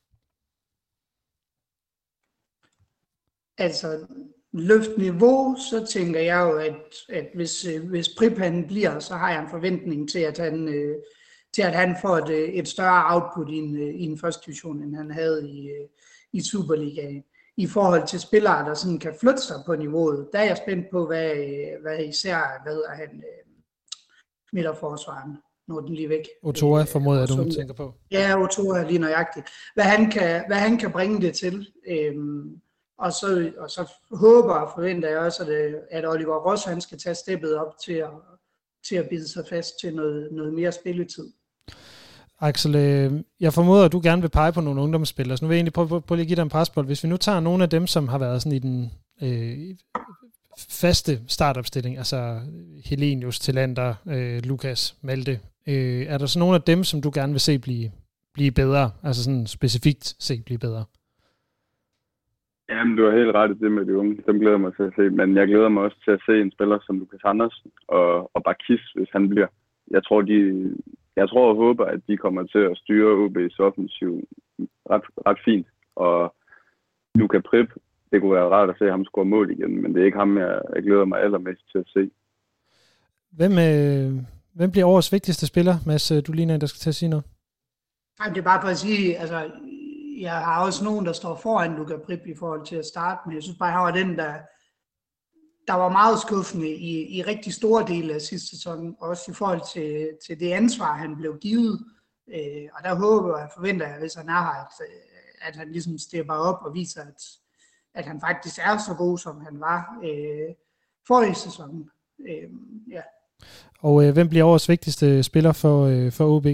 [SPEAKER 4] Altså... løft niveau, så tænker jeg jo, at, at hvis, hvis Prip han bliver, så har jeg en forventning til, at han, øh, til at han får et, et større output i en, i en første division, end han havde i, i Superligaen. I forhold til spillere, der sådan kan flytte sig på niveauet, der er jeg spændt på, hvad, hvad især hvad er han midterforsvaren, når den lige væk.
[SPEAKER 1] Ochoa formoder jeg, du tænker på.
[SPEAKER 4] Ja, Ochoa lige nøjagtigt. Hvad han kan, hvad han kan bringe det til. Øhm, Og så, og så håber og forventer jeg også, at, at Oliver Ross, han skal tage steppet op til at, til at bide sig fast til noget, noget mere spilletid.
[SPEAKER 1] Axel, jeg formoder, at du gerne vil pege på nogle ungdomsspillere, så nu vil jeg egentlig prøve, prøve, prøve at give dig en presbold. Hvis vi nu tager nogle af dem, som har været sådan i den øh, faste startopstilling, altså Helenius, Tillander, øh, Lukas, Malte, øh, er der så nogle af dem, som du gerne vil se blive, blive bedre, altså sådan specifikt se blive bedre?
[SPEAKER 3] Jamen, du har helt ret i det med de unge. Dem glæder jeg mig til at se. Men jeg glæder mig også til at se en spiller som Lukas Andersen og, og Bakis, hvis han bliver. Jeg tror, de, jeg tror og håber, at de kommer til at styre O B's offensiv ret, ret fint. Og Luka Prip, det kunne være rart at se ham score mål igen, men det er ikke ham, jeg, jeg glæder mig allermest til at se.
[SPEAKER 1] Hvem, øh, hvem bliver årets vigtigste spiller, Mads? Du ligner en, der skal til at sige noget.
[SPEAKER 4] Nej, det er bare for at sige, altså, jeg har også nogen, der står foran Luka Prip i forhold til at starte, men jeg synes bare, han var den, der, der var meget skuffende i, i rigtig store dele af sidste sæson, også i forhold til, til det ansvar, han blev givet. Øh, og der håber jeg, forventer jeg, hvis han er her, at, at han ligesom stepper op og viser, at, at han faktisk er så god, som han var øh, forrige sæson. Øh, ja.
[SPEAKER 1] Og øh, hvem bliver årets vigtigste spiller for, øh, for O B?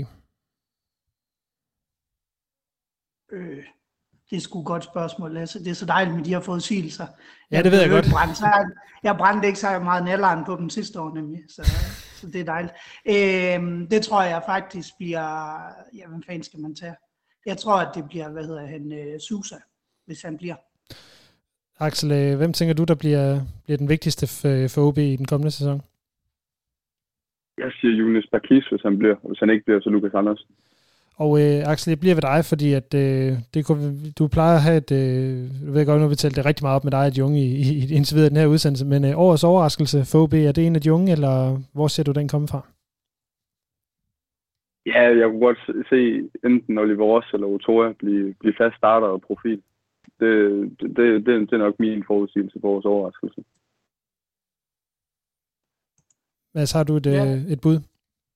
[SPEAKER 4] Øh, det er sgu et godt spørgsmål, Lasse. Det er så dejligt med de her forudsigelser.
[SPEAKER 1] Ja, det ved jeg, jeg godt.
[SPEAKER 4] Brændt, så jeg, jeg brændte ikke så meget nælderen på dem sidste år, nemlig. Så, så det er dejligt. Øh, det tror jeg faktisk bliver... Ja, hvad fanden skal man tage? Jeg tror, at det bliver, hvad hedder han, uh, Sousa, hvis han bliver.
[SPEAKER 1] Axel, hvem tænker du, der bliver, bliver den vigtigste for, for O B i den kommende sæson?
[SPEAKER 3] Jeg siger Jonas Bakis, hvis han bliver. Hvis han ikke bliver, så Lukas Andersen.
[SPEAKER 1] Og øh, Axel, jeg bliver ved dig, fordi at, øh, det kunne, du plejer at have et... Øh, du ved godt, nu vi talte det rigtig meget op med dig, at de unge, i, i, indtil videre den her udsendelse, men øh, årets overraskelse for O B, er det en af de unge, eller hvor ser du den komme fra?
[SPEAKER 3] Ja, jeg kunne godt se enten Oliver Ross eller Otoa blive, blive fast starter og profil. Det, det, det, det er nok min forudsigelse for årets overraskelse.
[SPEAKER 1] Mads, har du et, ja. øh, et bud?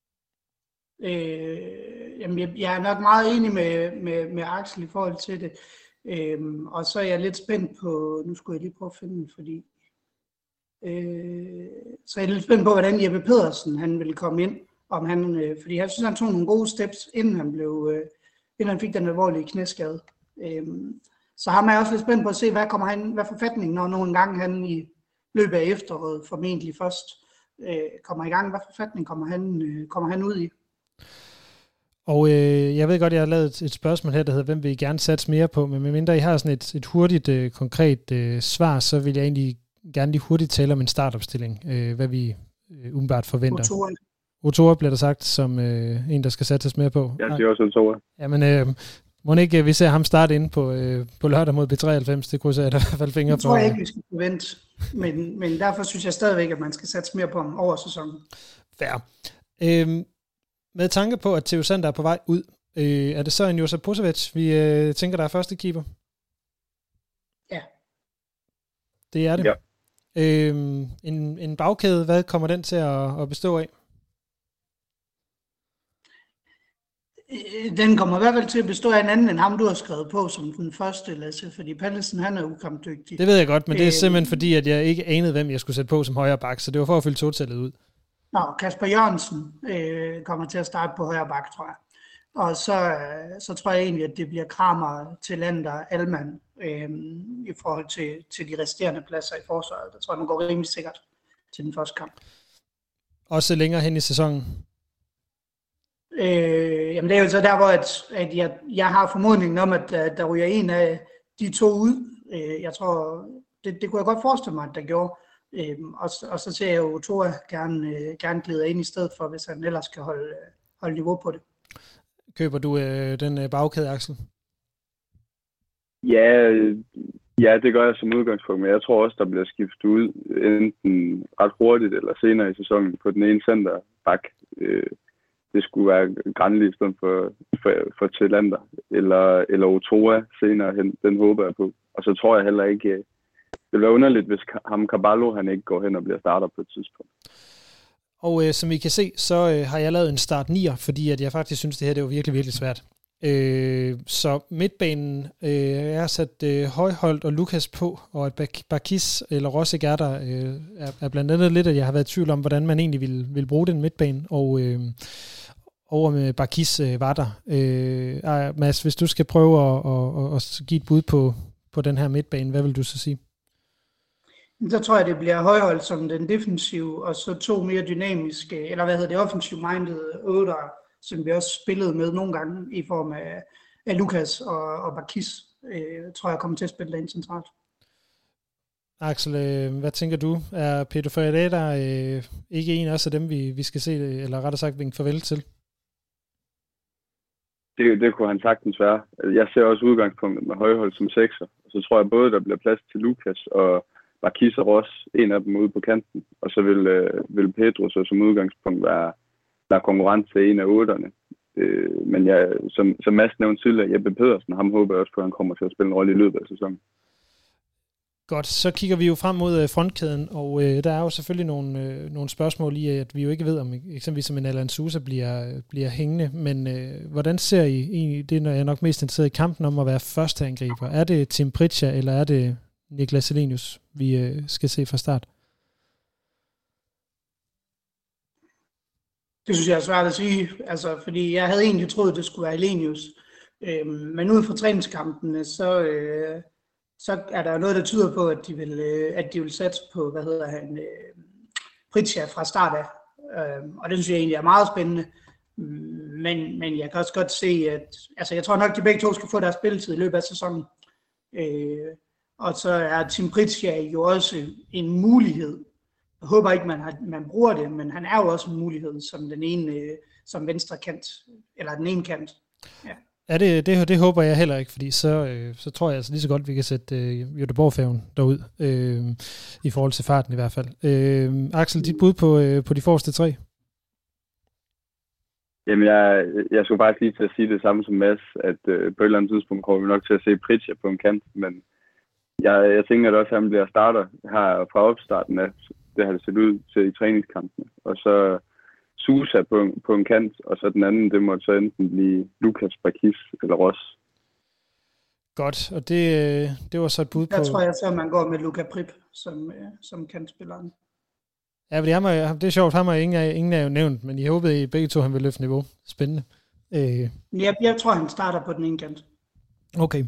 [SPEAKER 4] Øh, jamen, jeg, jeg er nok meget enig med, med, med Axel i forhold til det. Øhm, og så er jeg lidt spændt på, nu skulle jeg lige prøve at finde den, fordi øh, så er jeg lidt spændt på, hvordan Jeppe Pedersen han ville komme ind, om han, øh, fordi jeg synes, han tog nogle gode steps, inden han blev, øh, inden han fik den alvorlige knæskade. Øhm, så ham er jeg også lidt spændt på at se, hvad kommer han, hvad forfatningen, når nogle gange han i løbet af efteråret formentlig først øh, kommer i gang, hvad forfatning kommer han, øh, kommer han ud i?
[SPEAKER 1] Og øh, jeg ved godt, jeg har lavet et, et spørgsmål her, der hedder, hvem vil I gerne satse mere på? Men medmindre I har sådan et, et hurtigt, øh, konkret øh, svar, så vil jeg egentlig gerne lige hurtigt tale om en startopstilling, øh, hvad vi øh, umiddelbart forventer.
[SPEAKER 4] Otoa.
[SPEAKER 1] Otoa bliver der sagt som øh, en, der skal satses mere på.
[SPEAKER 3] Ja, det er også Otoa.
[SPEAKER 1] Jamen, øh, må ikke vi ser ham starte ind på, øh, på lørdag mod B treoghalvfems, det kunne jeg i hvert fald fingre på.
[SPEAKER 4] Det tror jeg ikke, vi skal forvente, men, men derfor synes jeg stadigvæk, at man skal satse mere på ham over sæsonen.
[SPEAKER 1] Fair. Øh, Med tanke på, at Theo Sander er på vej ud, øh, er det så en Josip Posevic, vi øh, tænker, der er første keeper?
[SPEAKER 4] Ja.
[SPEAKER 1] Det er det.
[SPEAKER 3] Ja.
[SPEAKER 1] Øh, en, en bagkæde, hvad kommer den til at, at bestå af?
[SPEAKER 4] Den kommer i hvert fald til at bestå af en anden end ham, du har skrevet på som den første, Lasse, fordi Pallesen, han er ukampdygtig.
[SPEAKER 1] Det ved jeg godt, men det er simpelthen fordi, at jeg ikke anede, hvem jeg skulle sætte på som højre bak, så det var for at fylde totallet ud.
[SPEAKER 4] Nå, Kasper Jørgensen øh, kommer til at starte på højre bak, tror jeg. Og så, øh, så tror jeg egentlig, at det bliver Kramer, Tillander, Alman øh, i forhold til, til de resterende pladser i forsvaret. Der tror jeg, man går rimelig sikkert til den første kamp.
[SPEAKER 1] Også længere hen i sæsonen?
[SPEAKER 4] Øh, jamen det er jo så der, hvor at, at jeg, jeg har formodningen om, at, at der ryger en af de to ud. Øh, jeg tror, det, det kunne jeg godt forestille mig, at der gjorde. Øhm, og, og så ser jeg jo Toa gerne, øh, gerne glide ind i stedet for, hvis han ellers kan holde, holde niveau på det.
[SPEAKER 1] Køber du øh, den øh, bagkæde, Axel?
[SPEAKER 3] Ja, ja, det gør jeg som udgangspunkt, men jeg tror også, der bliver skiftet ud enten ret hurtigt eller senere i sæsonen på den ene centerbak. Øh, det skulle være Granli i stedet for, for, for Tillander eller, eller Otoa senere hen. Den håber jeg på. Og så tror jeg heller ikke... Det bliver underligt, hvis ham Caballo, han ikke går hen og bliver starter på et tidspunkt.
[SPEAKER 1] Og øh, som I kan se, så øh, har jeg lavet en start nier, fordi at jeg faktisk synes, det her det var virkelig, virkelig svært. Øh, så midtbanen øh, er sat øh, Højholt og Lukas på, og at Bakis eller Rosik er der, øh, er, er blandt andet lidt, at jeg har været i tvivl om, hvordan man egentlig ville, ville bruge den midtbane, og øh, over med Bakis øh, var der. Øh, Mads, hvis du skal prøve at, at, at, at give et bud på, på den her midtbane, hvad vil du så sige?
[SPEAKER 4] Så tror jeg, det bliver Højholt som den defensive, og så to mere dynamiske, eller hvad hedder det, offensive-minded otter, som vi også spillede med nogle gange i form af, af Lukas og, og Bakis, øh, tror jeg kommer til at spille derinde centralt.
[SPEAKER 1] Axel, øh, hvad tænker du? Er Pedro Ferreira øh, ikke en af dem, vi, vi skal se, eller rettere sagt vinke farvel til?
[SPEAKER 3] Det, det kunne han sagtens være. Jeg ser også udgangspunktet med Højholt som sekser, og så tror jeg både, der bliver plads til Lukas og Bakis og Ross, en af dem ude på kanten, og så vil, øh, vil Pedro så som udgangspunkt være der konkurrent til en af otterne. Øh, men jeg, som, som Mads nævnte tidligere, Jeppe Pedersen, ham håber jeg også på, at han kommer til at spille en rolle i løbet af sæsonen.
[SPEAKER 1] Godt, så kigger vi jo frem mod frontkæden, og øh, der er jo selvfølgelig nogle, øh, nogle spørgsmål i, at vi jo ikke ved, om eksempelvis som en Alan Sousa bliver, bliver hængende, men øh, hvordan ser I egentlig, det er jeg nok mest interesseret i kampen om at være førsteangriber? Er det Tim Pritchard, eller er det Niklas Elenius, vi øh, skal se fra start?
[SPEAKER 4] Det synes jeg er svært at sige, altså, fordi jeg havde egentlig troet, det skulle være Elenius. Øhm, men ud fra træningskampene, så, øh, så er der noget, der tyder på, at de vil, øh, at de vil satse på, hvad hedder han, øh, Pritchard fra start af. Øhm, og det synes jeg egentlig er meget spændende. Men, men jeg kan også godt se, at altså, jeg tror nok, de begge to skal få deres spilletid i løbet af sæsonen. Øh, og så er Tim Pritchard jo også en mulighed. Jeg håber ikke, man, har, man bruger det, men han er jo også en mulighed som den ene, øh, som venstre kant, eller den ene kant. Ja.
[SPEAKER 1] Ja, det, det, det håber jeg heller ikke, fordi så, øh, så tror jeg altså lige så godt, vi kan sætte øh, Göteborg-færgen derud, øh, i forhold til farten i hvert fald. Øh, Axel, dit bud på, øh, på de forreste tre?
[SPEAKER 3] Jamen, jeg, jeg skulle faktisk lige til at sige det samme som Mads, at øh, på et eller andet tidspunkt kommer vi nok til at se Pritchard på en kant, men jeg, jeg tænker, at også han bliver starter her fra opstarten af. Det har det set ud til i træningskampene. Og så Sousa på, på en kant, og så den anden, det må så enten blive Lukas, Bakis eller Ross.
[SPEAKER 1] Godt, og det, det var så et bud på...
[SPEAKER 4] Der tror jeg så, at man går med Luka Prip som, som kantspilleren.
[SPEAKER 1] Ja, fordi har, det er sjovt, ham har ingen, ingen af jo nævnt, men jeg håbede I begge to, han vil løfte niveau. Spændende. Øh.
[SPEAKER 4] Jeg, jeg tror, han starter på den ene kant.
[SPEAKER 1] Okay.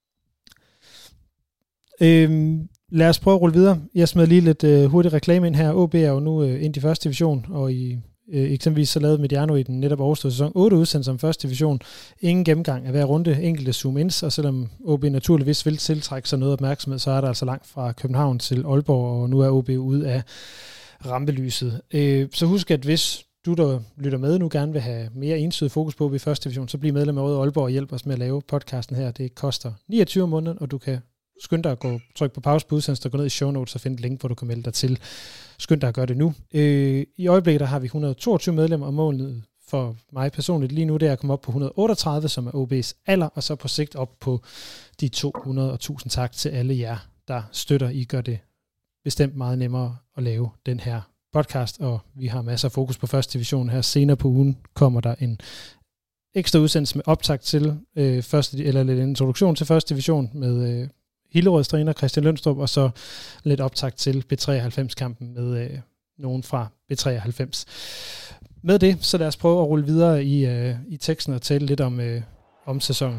[SPEAKER 1] Øhm, lad os prøve at rulle videre. Jeg smed lige lidt øh, hurtig reklame ind her. O B er jo nu øh, ind i første division, og i øh, eksempelvis så lavede Mediano i den netop overståede sæson otte udsendelser om første division. Ingen gennemgang af hver runde, enkelte zoom-ins, og selvom O B naturligvis vil tiltrække sig noget opmærksomhed, så er der altså langt fra København til Aalborg, og nu er O B ude af rampelyset. Øh, så husk, at hvis du, der lytter med, nu gerne vil have mere ensidig fokus på ved første division, så bliv medlem af Røde Aalborg og hjælp os med at lave podcasten her. Det koster niogtyve om måneden, og du kan skynd dig at gå, tryk på pause på udsendelsen og gå ned i show notes og finde et link, hvor du kan melde dig til. Skynd dig at gøre det nu. Øh, I øjeblikket der har vi et hundrede og toogtyve medlemmer, og målet for mig personligt lige nu, det er at komme op på et hundrede og otteogtredive, som er O B's alder, og så på sigt op på de to hundrede, og tusind tak til alle jer, der støtter. I gør det bestemt meget nemmere at lave den her podcast, og vi har masser af fokus på første division her. Senere på ugen kommer der en ekstra udsendelse med optakt til øh, første, eller lidt introduktion til første division med øh, Hillerøds træner Christian Lønstrup, og så lidt optakt til B treoghalvfems-kampen med øh, nogen fra B treoghalvfems. Med det, så lad os prøve at rulle videre i, øh, i teksten og tale lidt om, øh, om sæsonen.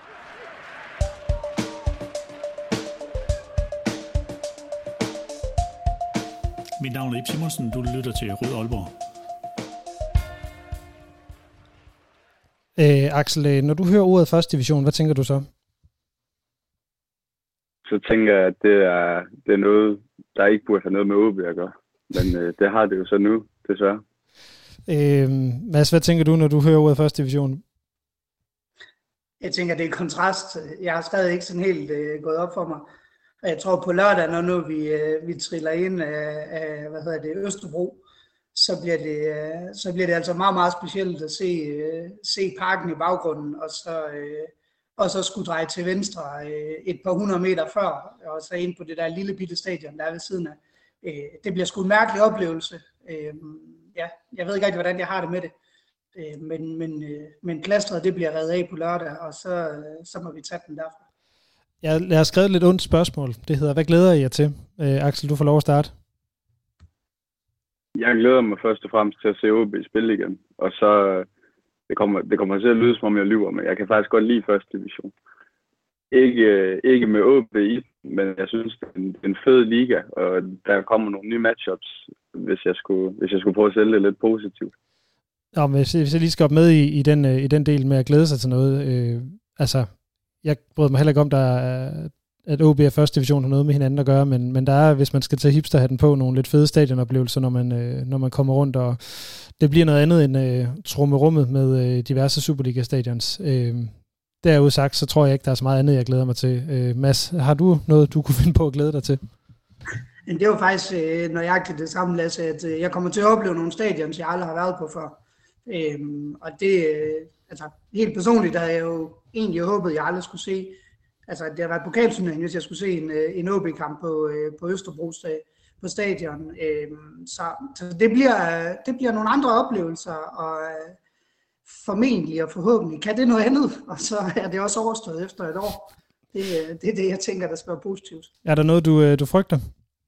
[SPEAKER 6] Mit navn er Ib Simonsen, du lytter til Røde Aalborg.
[SPEAKER 1] Øh, Axel, når du hører ordet første division, hvad tænker du så?
[SPEAKER 3] Så tænker jeg, at det er, det er noget, der ikke burde have noget med O B at gøre. Men øh, det har det jo så nu, desværre.
[SPEAKER 1] Øh, Mads, hvad tænker du, når du hører ordet første division?
[SPEAKER 4] Jeg tænker, det er kontrast. Jeg har stadig ikke sådan helt øh, gået op for mig. Og jeg tror på lørdag, når nu vi, øh, vi triller ind af, af hvad hedder det, Østerbro, så bliver, det, øh, så bliver det altså meget, meget specielt at se, øh, se parken i baggrunden, og så, øh, og så skulle dreje til venstre øh, et par hundrede meter før, og så ind på det der lille bitte stadion, der er ved siden af. Øh, det bliver sgu en mærkelig oplevelse. Øh, ja, jeg ved ikke rigtig, hvordan jeg har det med det. Øh, men, men, øh, men plastret, det bliver reddet af på lørdag, og så, øh, så må vi tage den derfra.
[SPEAKER 1] Jeg, jeg har skrevet et lidt ondt spørgsmål. Det hedder, hvad glæder I jer til? Øh, Axel, du får lov at starte.
[SPEAKER 3] Jeg glæder mig først og fremmest til at se O B spille igen. Og så, det kommer, det kommer til at lyde, som om jeg lyver, men jeg kan faktisk godt lide første division. Ikke, ikke med O B i, men jeg synes, det er en, en fed liga, og der kommer nogle nye matchups, hvis jeg skulle, hvis jeg skulle prøve at sælge det lidt positivt.
[SPEAKER 1] Nå, men hvis, hvis jeg lige skal op med i, i, den, i den del med at glæde sig til noget, øh, altså, jeg bryder mig heller ikke om, der er, at O B og første division har noget med hinanden at gøre, men, men der er, hvis man skal tage hipsterhatten på, nogle lidt fede stadionoplevelser, når man, øh, når man kommer rundt, og det bliver noget andet end øh, trummerummet med øh, diverse Superliga-stadions. Øh, derude sagt, så tror jeg ikke, der er så meget andet, jeg glæder mig til. Øh, Mads, har du noget, du kunne finde på at glæde dig til?
[SPEAKER 4] Det er jo faktisk øh, nøjagtigt det samme, Lasse, at øh, jeg kommer til at opleve nogle stadions, jeg aldrig har været på før. Øhm, og det, øh, altså helt personligt, der jeg jo egentlig håbet, jeg aldrig skulle se, altså det har været pokalturnering, hvis jeg skulle se en, en O B-kamp på, øh, på Østerbro på stadion. Øhm, så så det, bliver, det bliver nogle andre oplevelser, og øh, formentlig og forhåbentlig kan det noget andet, og så er det også overstået efter et år. Det, det er det, jeg tænker, der skal være positivt.
[SPEAKER 1] Er der noget, du, du frygter?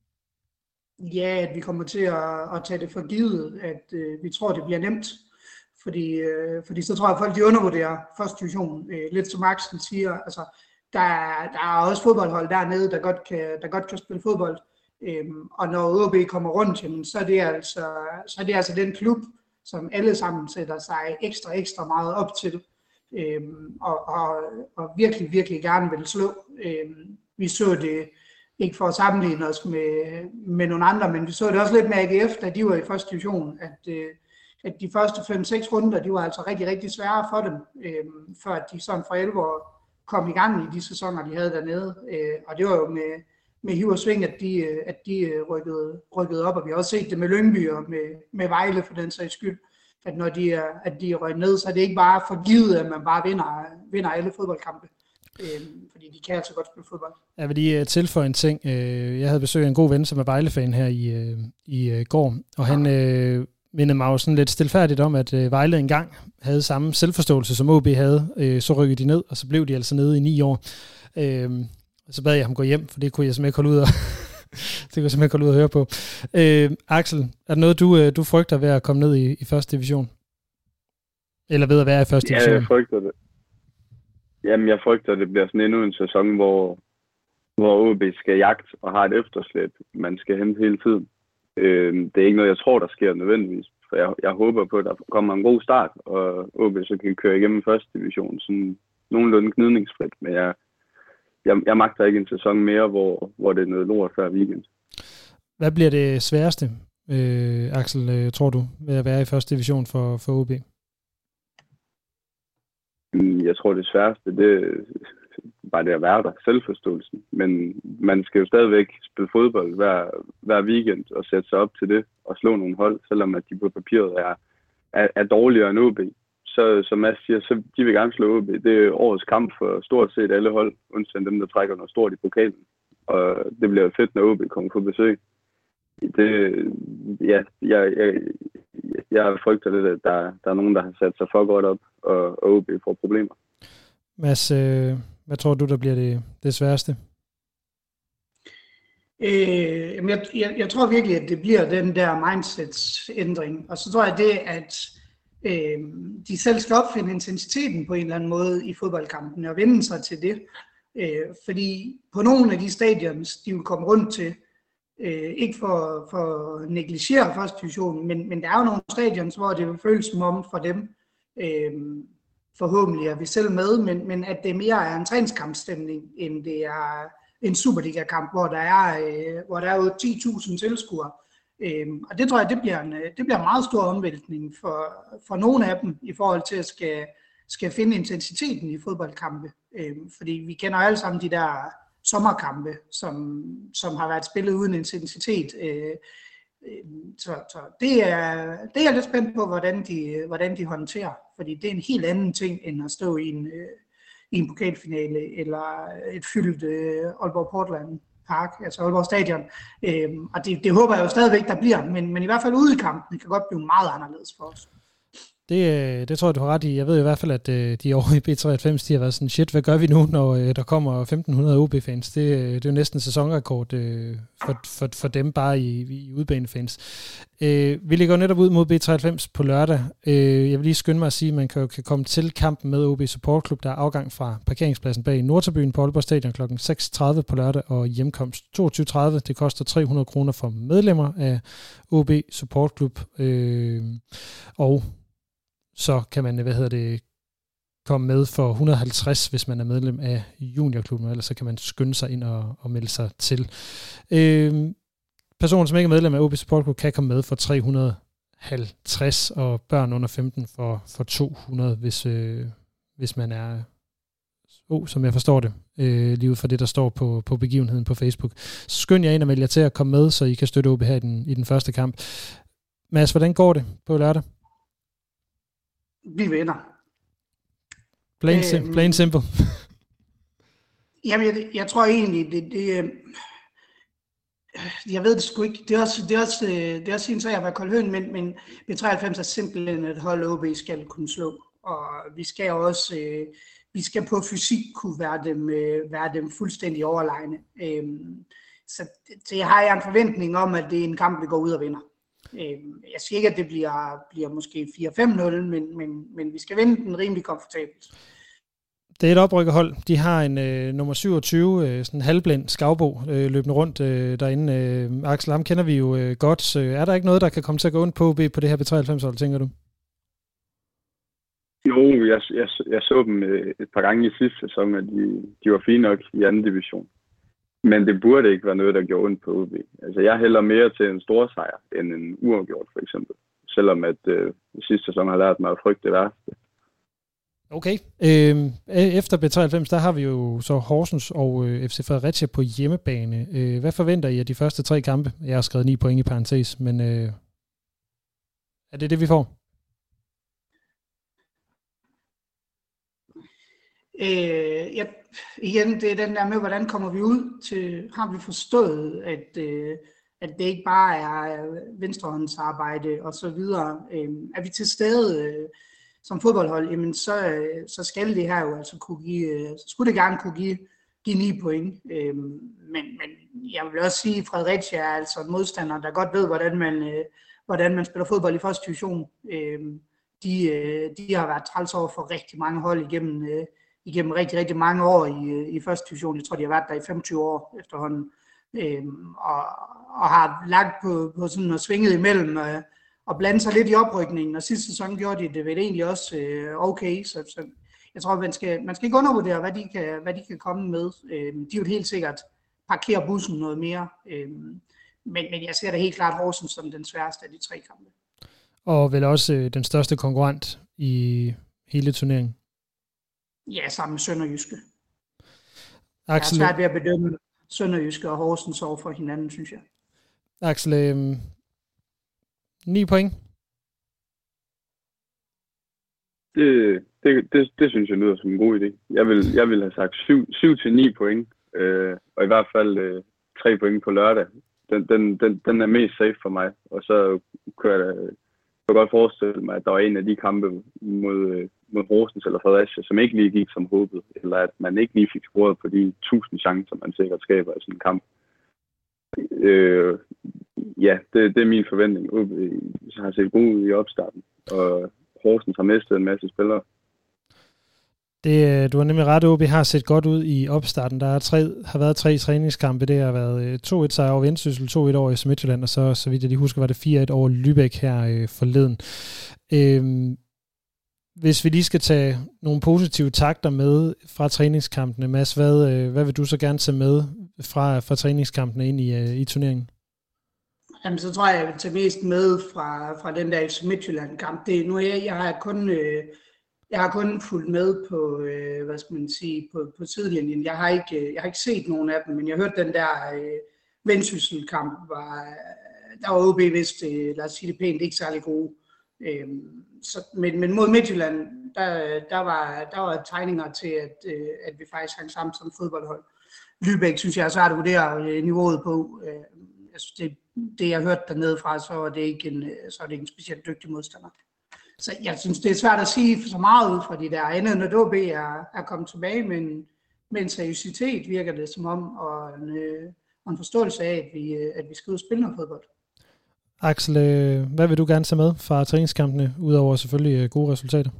[SPEAKER 4] Ja, at vi kommer til at, at tage det for givet, at øh, vi tror, det bliver nemt. Fordi, øh, fordi så tror jeg, at folk de undervurderer første division. Øh, lidt som Axel siger, altså, der, der er også fodboldhold dernede, der godt kan, der godt kan spille fodbold. Øhm, og når O B kommer rundt, jamen, så, er det altså, så er det altså den klub, som alle sammen sætter sig ekstra, ekstra meget op til. Øhm, og, og, og virkelig, virkelig gerne vil slå. Øhm, vi så det ikke for at sammenligne os med, med nogle andre, men vi så det også lidt med A G F, da de var i første division, at, øh, at de første fem seks runder, de var altså rigtig, rigtig svære for dem, øh, før at de sådan for alvor kom i gang i de sæsoner, de havde dernede. Øh, og det var jo med, med hiv og sving, at de, at de rykkede, rykkede op, og vi har også set det med Lyngby og med, med Vejle for den sags skyld, at når de er, at de er røget ned, så er det ikke bare for givet, at man bare vinder, vinder alle fodboldkampe. Øhm, fordi de kan altså godt spille fodbold.
[SPEAKER 1] Jeg vil lige tilføje en ting. Jeg havde besøgt en god ven, som er Vejle-fan her i, i går, og han øh, mindede mig jo sådan lidt stilfærdigt om, at øh, Vejle engang havde samme selvforståelse, som O B havde. Øh, så rykkede de ned, og så blev de altså nede i ni år. Øh, og så bad jeg ham gå hjem, for det kunne jeg simpelthen ikke holde ud og, det kunne jeg simpelthen ikke holde ud og høre på. Øh, Axel, er der noget, du, du frygter ved at komme ned i, i første division? Eller ved at være i første division?
[SPEAKER 3] Ja, jeg frygter det. Jamen, jeg frygter, at det bliver sådan endnu en sæson, hvor, hvor O B skal jagte og har et efterslæb, man skal hente hele tiden. Øh, det er ikke noget, jeg tror, der sker nødvendigvis. For jeg, jeg håber på, at der kommer en god start, og O B så kan køre igennem første division sådan nogenlunde gnidningsfrit. Men jeg, jeg, jeg magter ikke en sæson mere, hvor, hvor det er noget lort før weekend.
[SPEAKER 1] Hvad bliver det sværeste, øh, Axel, øh, tror du, ved at være i første division for, for O B?
[SPEAKER 3] Jeg tror, det sværeste, det er bare det at være der, selvforståelsen. Men man skal jo stadigvæk spille fodbold hver, hver weekend og sætte sig op til det og slå nogle hold, selvom at de på papiret er, er, er dårligere end O B. Så som Mads siger, så de vil gerne slå O B. Det er årets kamp for stort set alle hold, undtagen dem, der trækker noget stort i pokalen. Og det bliver fedt, når O B kommer på besøg. Det, ja, jeg, jeg, jeg frygter lidt, at der, der er nogen, der har sat sig for godt op, og O B får problemer.
[SPEAKER 1] Mads, øh, hvad tror du, der bliver det, det sværeste?
[SPEAKER 4] Øh, jeg, jeg, jeg tror virkelig, at det bliver den der mindset-ændring. Og så tror jeg det, at øh, de selv skal opfinde intensiteten på en eller anden måde i fodboldkampen og vende sig til det. Øh, fordi på nogle af de stadions, de vil komme rundt til, Øh, ikke for, for at negligere første division, men, men der er jo nogle stadions, hvor det vil føles som om for dem, øh, forhåbentlig er vi selv med, men, men at det mere er en træningskampstemning, end det er en Superliga-kamp, hvor der er, øh, hvor der er jo ti tusind tilskuere. Øh, og det tror jeg, det bliver en, det bliver en meget stor omvæltning for, for nogle af dem, i forhold til at skal, skal finde intensiteten i fodboldkampe. Øh, fordi vi kender alle sammen de der sommerkampe, som, som har været spillet uden intensitet. Øh, så så det, er, det er jeg lidt spændt på, hvordan de, hvordan de håndterer, fordi det er en helt anden ting, end at stå i en, øh, i en pokalfinale, eller et fyldt øh, Aalborg Portland Park, altså Aalborg Stadion. Øh, og det, det håber jeg jo stadigvæk, der bliver, men, men i hvert fald ude i kampen, det kan godt blive meget anderledes for os.
[SPEAKER 1] Det, det tror jeg, du har ret i. Jeg ved i hvert fald, at øh, de over i B treoghalvfems, de har været sådan, shit, hvad gør vi nu, når øh, der kommer femten hundrede O B-fans? Det, det er jo næsten sæsonrekord øh, for, for, for dem bare i, i udbanefans. Øh, vi ligger netop ud mod B treoghalvfems på lørdag. Øh, jeg vil lige skynde mig at sige, at man kan, kan komme til kampen med O B Support Club, der er afgang fra parkeringspladsen bag Nordtabyen på Aalborg Stadion klokken seks tredive på lørdag, og hjemkomst toogtyve tredive. Det koster tre hundrede kroner for medlemmer af O B Support Club. Øh, og så kan man, hvad hedder det, komme med for et hundrede og halvtreds, hvis man er medlem af juniorklubben, eller så kan man skynde sig ind og, og melde sig til. Øh, personer, som ikke er medlem af O B Support Club, kan komme med for tre hundrede og halvtreds, og børn under femten for, for to hundrede, hvis, øh, hvis man er, oh, som jeg forstår det, øh, lige ud fra det, der står på, på begivenheden på Facebook. Så skynd jer ind og meld jer til at komme med, så I kan støtte O B her i den, i den første kamp. Mads, hvordan går det på lørdag?
[SPEAKER 4] Vi vinder.
[SPEAKER 1] Plain, sim- øhm, plain simple.
[SPEAKER 4] Jamen, jeg, jeg tror egentlig, det, det øh, jeg ved det sgu ikke. Det er også, det er også, det er også en sag at være koldhøn, men, men B treoghalvfems er simpelthen et hold, O B skal kunne slå. Og vi skal også, øh, vi skal på fysik kunne være dem, øh, være dem fuldstændig overlegne. Øhm, så, så jeg har jeg en forventning om, at det er en kamp, vi går ud og vinder. Jeg siger ikke, at det bliver, bliver måske fire fem nul, men, men, men vi skal vinde den rimelig komfortabelt. Det
[SPEAKER 1] er et oprykkerhold. De har en øh, nummer syvogtyve, øh, sådan en halvblind Skavbo, øh, løbende rundt øh, derinde. Øh, Axel, ham kender vi jo øh, godt. Så er der ikke noget, der kan komme til at gå ondt på O B på det her B treoghalvfems-hold, tænker du?
[SPEAKER 3] Jo, jeg, jeg, jeg så dem et par gange i sidste sæson, og de, de var fine nok i anden division. Men det burde ikke være noget, der gjorde ondt på O B. Altså, jeg hælder mere til en stor sejr, end en uafgjort, for eksempel. Selvom at øh, sidste sæson har lært mig at frygte det værste.
[SPEAKER 1] Okay. Øh, efter B treoghalvfems, der har vi jo så Horsens og øh, F C Fredericia på hjemmebane. Øh, hvad forventer I af de første tre kampe? Jeg har skrevet ni point i parentes, men øh, er det det, vi får?
[SPEAKER 4] Øh, ja, igen, det er den der med, hvordan kommer vi ud til, har vi forstået, at, øh, at det ikke bare er venstrehåndsarbejde og så videre. Øh, er vi til stede øh, som fodboldhold, jamen så, øh, så skal det her jo altså kunne give, øh, så skulle det gerne kunne give, give ni point. Øh, men, men jeg vil også sige, at Fredericia er altså en modstander, der godt ved, hvordan man, øh, hvordan man spiller fodbold i første division. Øh, de, øh, de har været træls over for rigtig mange hold igennem øh, igennem rigtig, rigtig mange år i, i første division. Jeg tror, de har været der i femogtyve år efterhånden. Øhm, og, og har lagt på, på sådan noget svinget imellem øh, og blandet sig lidt i oprykningen. Og sidste sæson gjorde de det vel egentlig også øh, okay. Så, så jeg tror, man skal, man skal ikke undervurdere, hvad de kan, hvad de kan komme med. Øhm, de vil helt sikkert parkere bussen noget mere. Øhm, men, men jeg ser det helt klart Horsens som den sværeste af de tre kampe.
[SPEAKER 1] Og vel også øh, den største konkurrent i hele turneringen.
[SPEAKER 4] Ja, sammen med Sønderjyske.
[SPEAKER 1] Axel,
[SPEAKER 4] jeg er svært ved at bedømme Sønderjyske og Horsens over for hinanden, synes jeg.
[SPEAKER 1] Axel, øh, ni point?
[SPEAKER 3] Det, det, det, det synes jeg lyder som en god idé. Jeg vil, jeg vil have sagt syv til ni point, øh, og i hvert fald øh, tre point på lørdag. Den, den, den, den er mest safe for mig, og så kan jeg, jeg godt forestille mig, at der var en af de kampe mod, mod Horsens eller Fredericia, som ikke lige gik som håbet, eller at man ikke lige fik scoret på de tusind chancer, man sikkert skaber i sådan en kamp. Øh, ja, det, det er min forventning. Jeg har set god ud i opstarten, og Horsens har mistet en masse spillere.
[SPEAKER 1] Det, du har nemlig ret, O B har set godt ud i opstarten. Der er tre, har været tre træningskampe. Det har været to et sejr over Vendsyssel, to et over i Midtjylland, og så, så vidt jeg lige husker, var det fire et over Lübeck her øh, forleden. Øh, hvis vi lige skal tage nogle positive takter med fra træningskampene, Mads, hvad, øh, hvad vil du så gerne tage med fra, fra træningskampene ind i, øh, i turneringen?
[SPEAKER 4] Jamen, så tror jeg, jeg vil tage mest med fra, fra den der F C Midtjylland-kamp. Det, nu er jeg, jeg har kun... Øh, Jeg har kun fulgt med på, øh, hvad skal man sige, på, på sidelinjen. Jeg har ikke, jeg har ikke set nogen af dem, men jeg hørte den der øh, Vendsyssel-kamp, var, der var O B vist, øh, lad os sige det pænt, ikke særlig gode. Øh, så, men, men mod Midtjylland, der, der, var, der var tegninger til, at, øh, at vi faktisk hang sammen som fodboldhold. Lübeck synes jeg er svært at vurdere øh, niveauet på. Øh, jeg synes, det, det jeg hørte dernede fra, så er det ikke en, så er det ikke en specielt dygtig modstander. Så jeg synes, det er svært at sige så meget ud fra de der andet, når O B er, er kommet tilbage, men med en seriøsitet virker det som om, og en, øh, og en forståelse af, at vi, at vi skal ud og spille noget fodbold.
[SPEAKER 1] Axel, hvad vil du gerne tage med fra træningskampene, udover selvfølgelig gode resultater?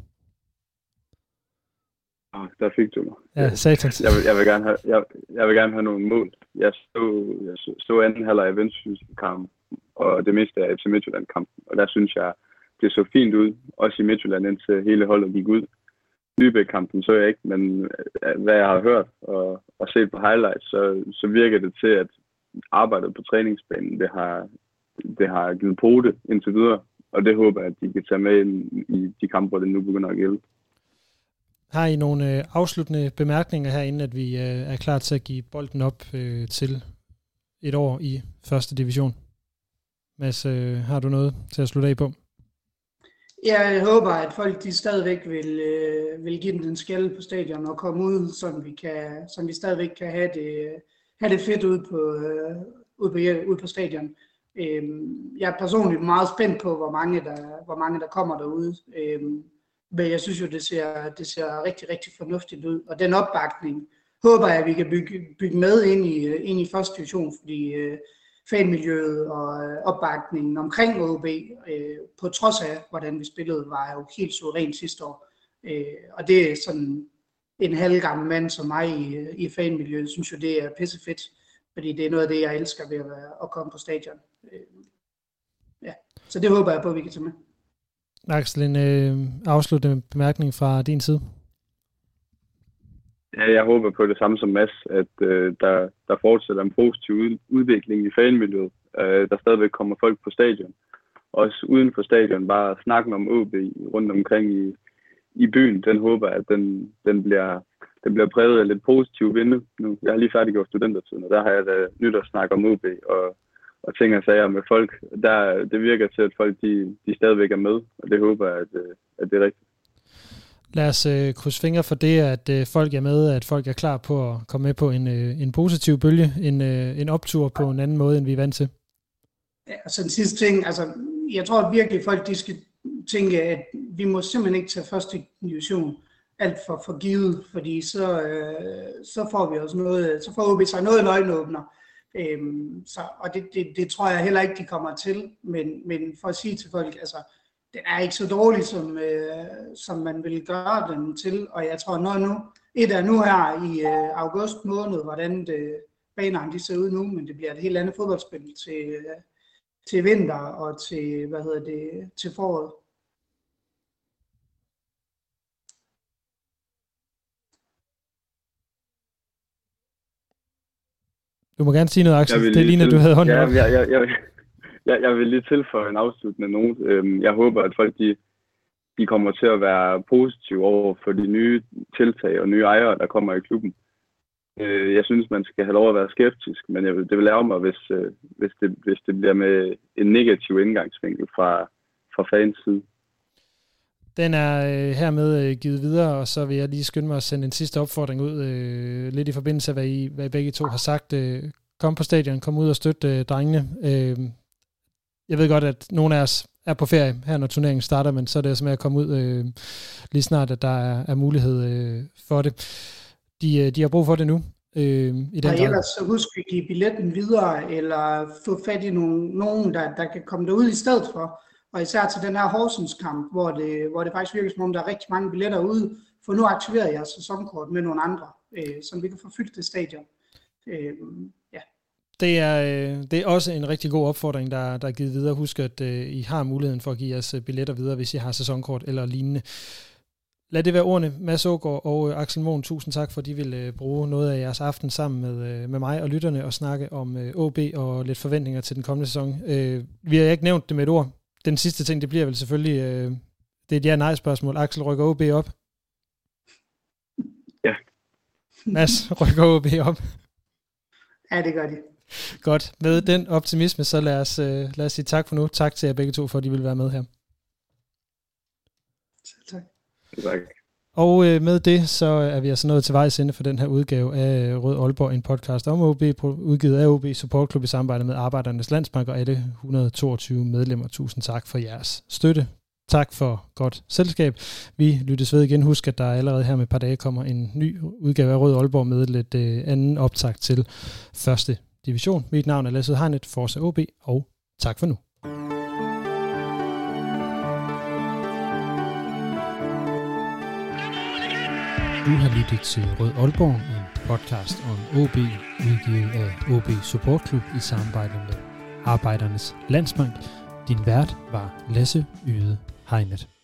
[SPEAKER 3] Oh, der fik du mig.
[SPEAKER 1] Ja, satans.
[SPEAKER 3] Jeg vil, jeg vil, gerne, have, jeg, jeg vil gerne have nogle mål. Jeg stod, jeg stod anden halvleg af Vendsyssel-kampen, og det meste af F C Midtjylland-kampen, og der synes jeg, det så fint ud, også i Midtjylland, indtil hele holdet gik ud. Lübeck-kampen så jeg ikke, men hvad jeg har hørt og, og set på highlights, så, så virker det til, at arbejdet på træningsbanen, det har, det har givet pote indtil videre, og det håber jeg, at de kan tage med ind i de kampe, hvor det nu begynder at gælde.
[SPEAKER 1] Har I nogle øh, afsluttende bemærkninger her, inden at vi øh, er klar til at give bolden op øh, til et år i første division? Mads, øh, har du noget til at slutte af på?
[SPEAKER 4] Jeg håber, at folk de stadigvæk vil, øh, vil give den en skalle på stadion og komme ud, så vi, kan, så vi stadigvæk kan have det, have det fedt ude på, øh, ude på, ude på stadion. Øh, jeg er personligt meget spændt på, hvor mange der, hvor mange der kommer derude. Øh, men jeg synes jo, det ser, det ser rigtig, rigtig fornuftigt ud. Og den opbakning håber jeg, at vi kan bygge, bygge med ind i, ind i første division, fordi øh, fanmiljøet og øh, opbakningen omkring O B, øh, på trods af, hvordan vi spillede, var jo helt suverænt sidste år. Øh, og det er sådan en halvgammel mand som mig i, i fanmiljøet, synes jo, det er pissefedt, fordi det er noget af det, jeg elsker ved at, være, at komme på stadion. Øh, ja. Så det håber jeg på, at vi kan tage med.
[SPEAKER 1] Axel, en øh, afsluttende bemærkning fra din side?
[SPEAKER 3] Ja, jeg håber på det samme som Mads, at øh, der, der fortsætter en positiv udvikling i fanmiljøet. Øh, der stadigvæk kommer folk på stadion. Også uden for stadion, bare snakken om O B rundt omkring i, i byen, den håber jeg, at den, den, bliver, den bliver præget af lidt positiv vinde nu. Jeg har lige færdiggjort studentertiden, og der har jeg da nyt at snakke om O B og, og ting og sager med folk. Der, det virker til, at folk de, de stadigvæk er med, og det håber jeg, at, at det er rigtigt.
[SPEAKER 1] Lad os øh, krydse fingre for det, at øh, folk er med, at folk er klar på at komme med på en, øh, en positiv bølge, en, øh, en optur på en anden måde, end vi er vant til.
[SPEAKER 4] Ja, og så den sidste ting, altså jeg tror virkelig, folk de skal tænke, at vi må simpelthen ikke tage første division alt for, for givet, fordi så, øh, så får vi også noget, så får vi sig noget løgnåbner. Øhm, så, og det, det, det tror jeg heller ikke, de kommer til, men, men for at sige til folk, altså den er ikke så dårlig, som, øh, som man vil gøre den til, og jeg tror, når nu, et er nu her i øh, august måned, hvordan det, banerne de ser ud nu, men det bliver et helt andet fodboldspil til, øh, til vinter og til, hvad hedder det, til foråret.
[SPEAKER 1] Du må gerne sige noget, Axel. Det er lige, når du havde hånden
[SPEAKER 3] ja,
[SPEAKER 1] op.
[SPEAKER 3] Jeg, jeg, jeg, jeg, jeg vil lige tilføje en afsluttende note. Jeg håber, at folk de, de kommer til at være positive over for de nye tiltag og nye ejere, der kommer i klubben. Jeg synes, man skal have lov at være skeptisk, men jeg vil, det vil ærge mig, hvis, hvis, det, hvis det bliver med en negativ indgangsvinkel fra, fra fans side.
[SPEAKER 1] Den er øh, hermed øh, givet videre, og så vil jeg lige skynde mig at sende en sidste opfordring ud, øh, lidt i forbindelse med, hvad I, hvad I begge to har sagt. Øh, kom på stadion, kom ud og støtte øh, drengene. Øh, jeg ved godt, at nogle af os er på ferie her, når turneringen starter, men så er det altså med at komme ud øh, lige snart, at der er, er mulighed øh, for det. De, øh, de har brug for det nu. Øh, i den
[SPEAKER 4] og ellers så husk at give billetten videre, eller få fat i nogen, nogen der, der kan komme derud i stedet for. Og især til den her Horsens-kamp, hvor det, hvor det faktisk virker som om, der er rigtig mange billetter ude. For nu aktiverer jeg sæsonkort med nogle andre, øh, så vi kan få fyldt det stadion. Øh, ja.
[SPEAKER 1] Det er, øh, det er også en rigtig god opfordring, der, der er givet videre. Husk, at øh, I har muligheden for at give jeres billetter videre, hvis I har sæsonkort eller lignende. Lad det være ordene. Mads Aagaard og øh, Axel Moen, tusind tak, for at de vil øh, bruge noget af jeres aften sammen med, øh, med mig og lytterne og snakke om øh, O B og lidt forventninger til den kommende sæson. Øh, vi har ikke nævnt det med et ord. Den sidste ting, det bliver vel selvfølgelig, øh, det er et ja-nej-spørgsmål. Axel, rykker O B op?
[SPEAKER 3] Ja.
[SPEAKER 1] Mads, rykker O B op?
[SPEAKER 4] Ja, det gør de.
[SPEAKER 1] Godt. Med den optimisme, så lad os, øh, lad os sige tak for nu. Tak til jer begge to, for at de vil være med her.
[SPEAKER 4] Selv tak.
[SPEAKER 3] Tak.
[SPEAKER 1] Og øh, med det, så er vi altså nået til vejs ende for den her udgave af Rød Aalborg, en podcast om O B, udgivet af O B Support Club i samarbejde med Arbejdernes Landsbank og alle et hundrede og toogtyve medlemmer. Tusind tak for jeres støtte. Tak for godt selskab. Vi lyttes ved igen. Husk, at der allerede her med et par dage kommer en ny udgave af Rød Aalborg med lidt øh, anden optakt til første division. Mit navn er Lasse Hegnet, Forza O B, og tak for nu. Du har lyttet til Rød Aalborg, en podcast om O B, udgivet af O B Support Club i samarbejde med Arbejdernes Landsbank. Din vært var Lasse Yde Hegnet.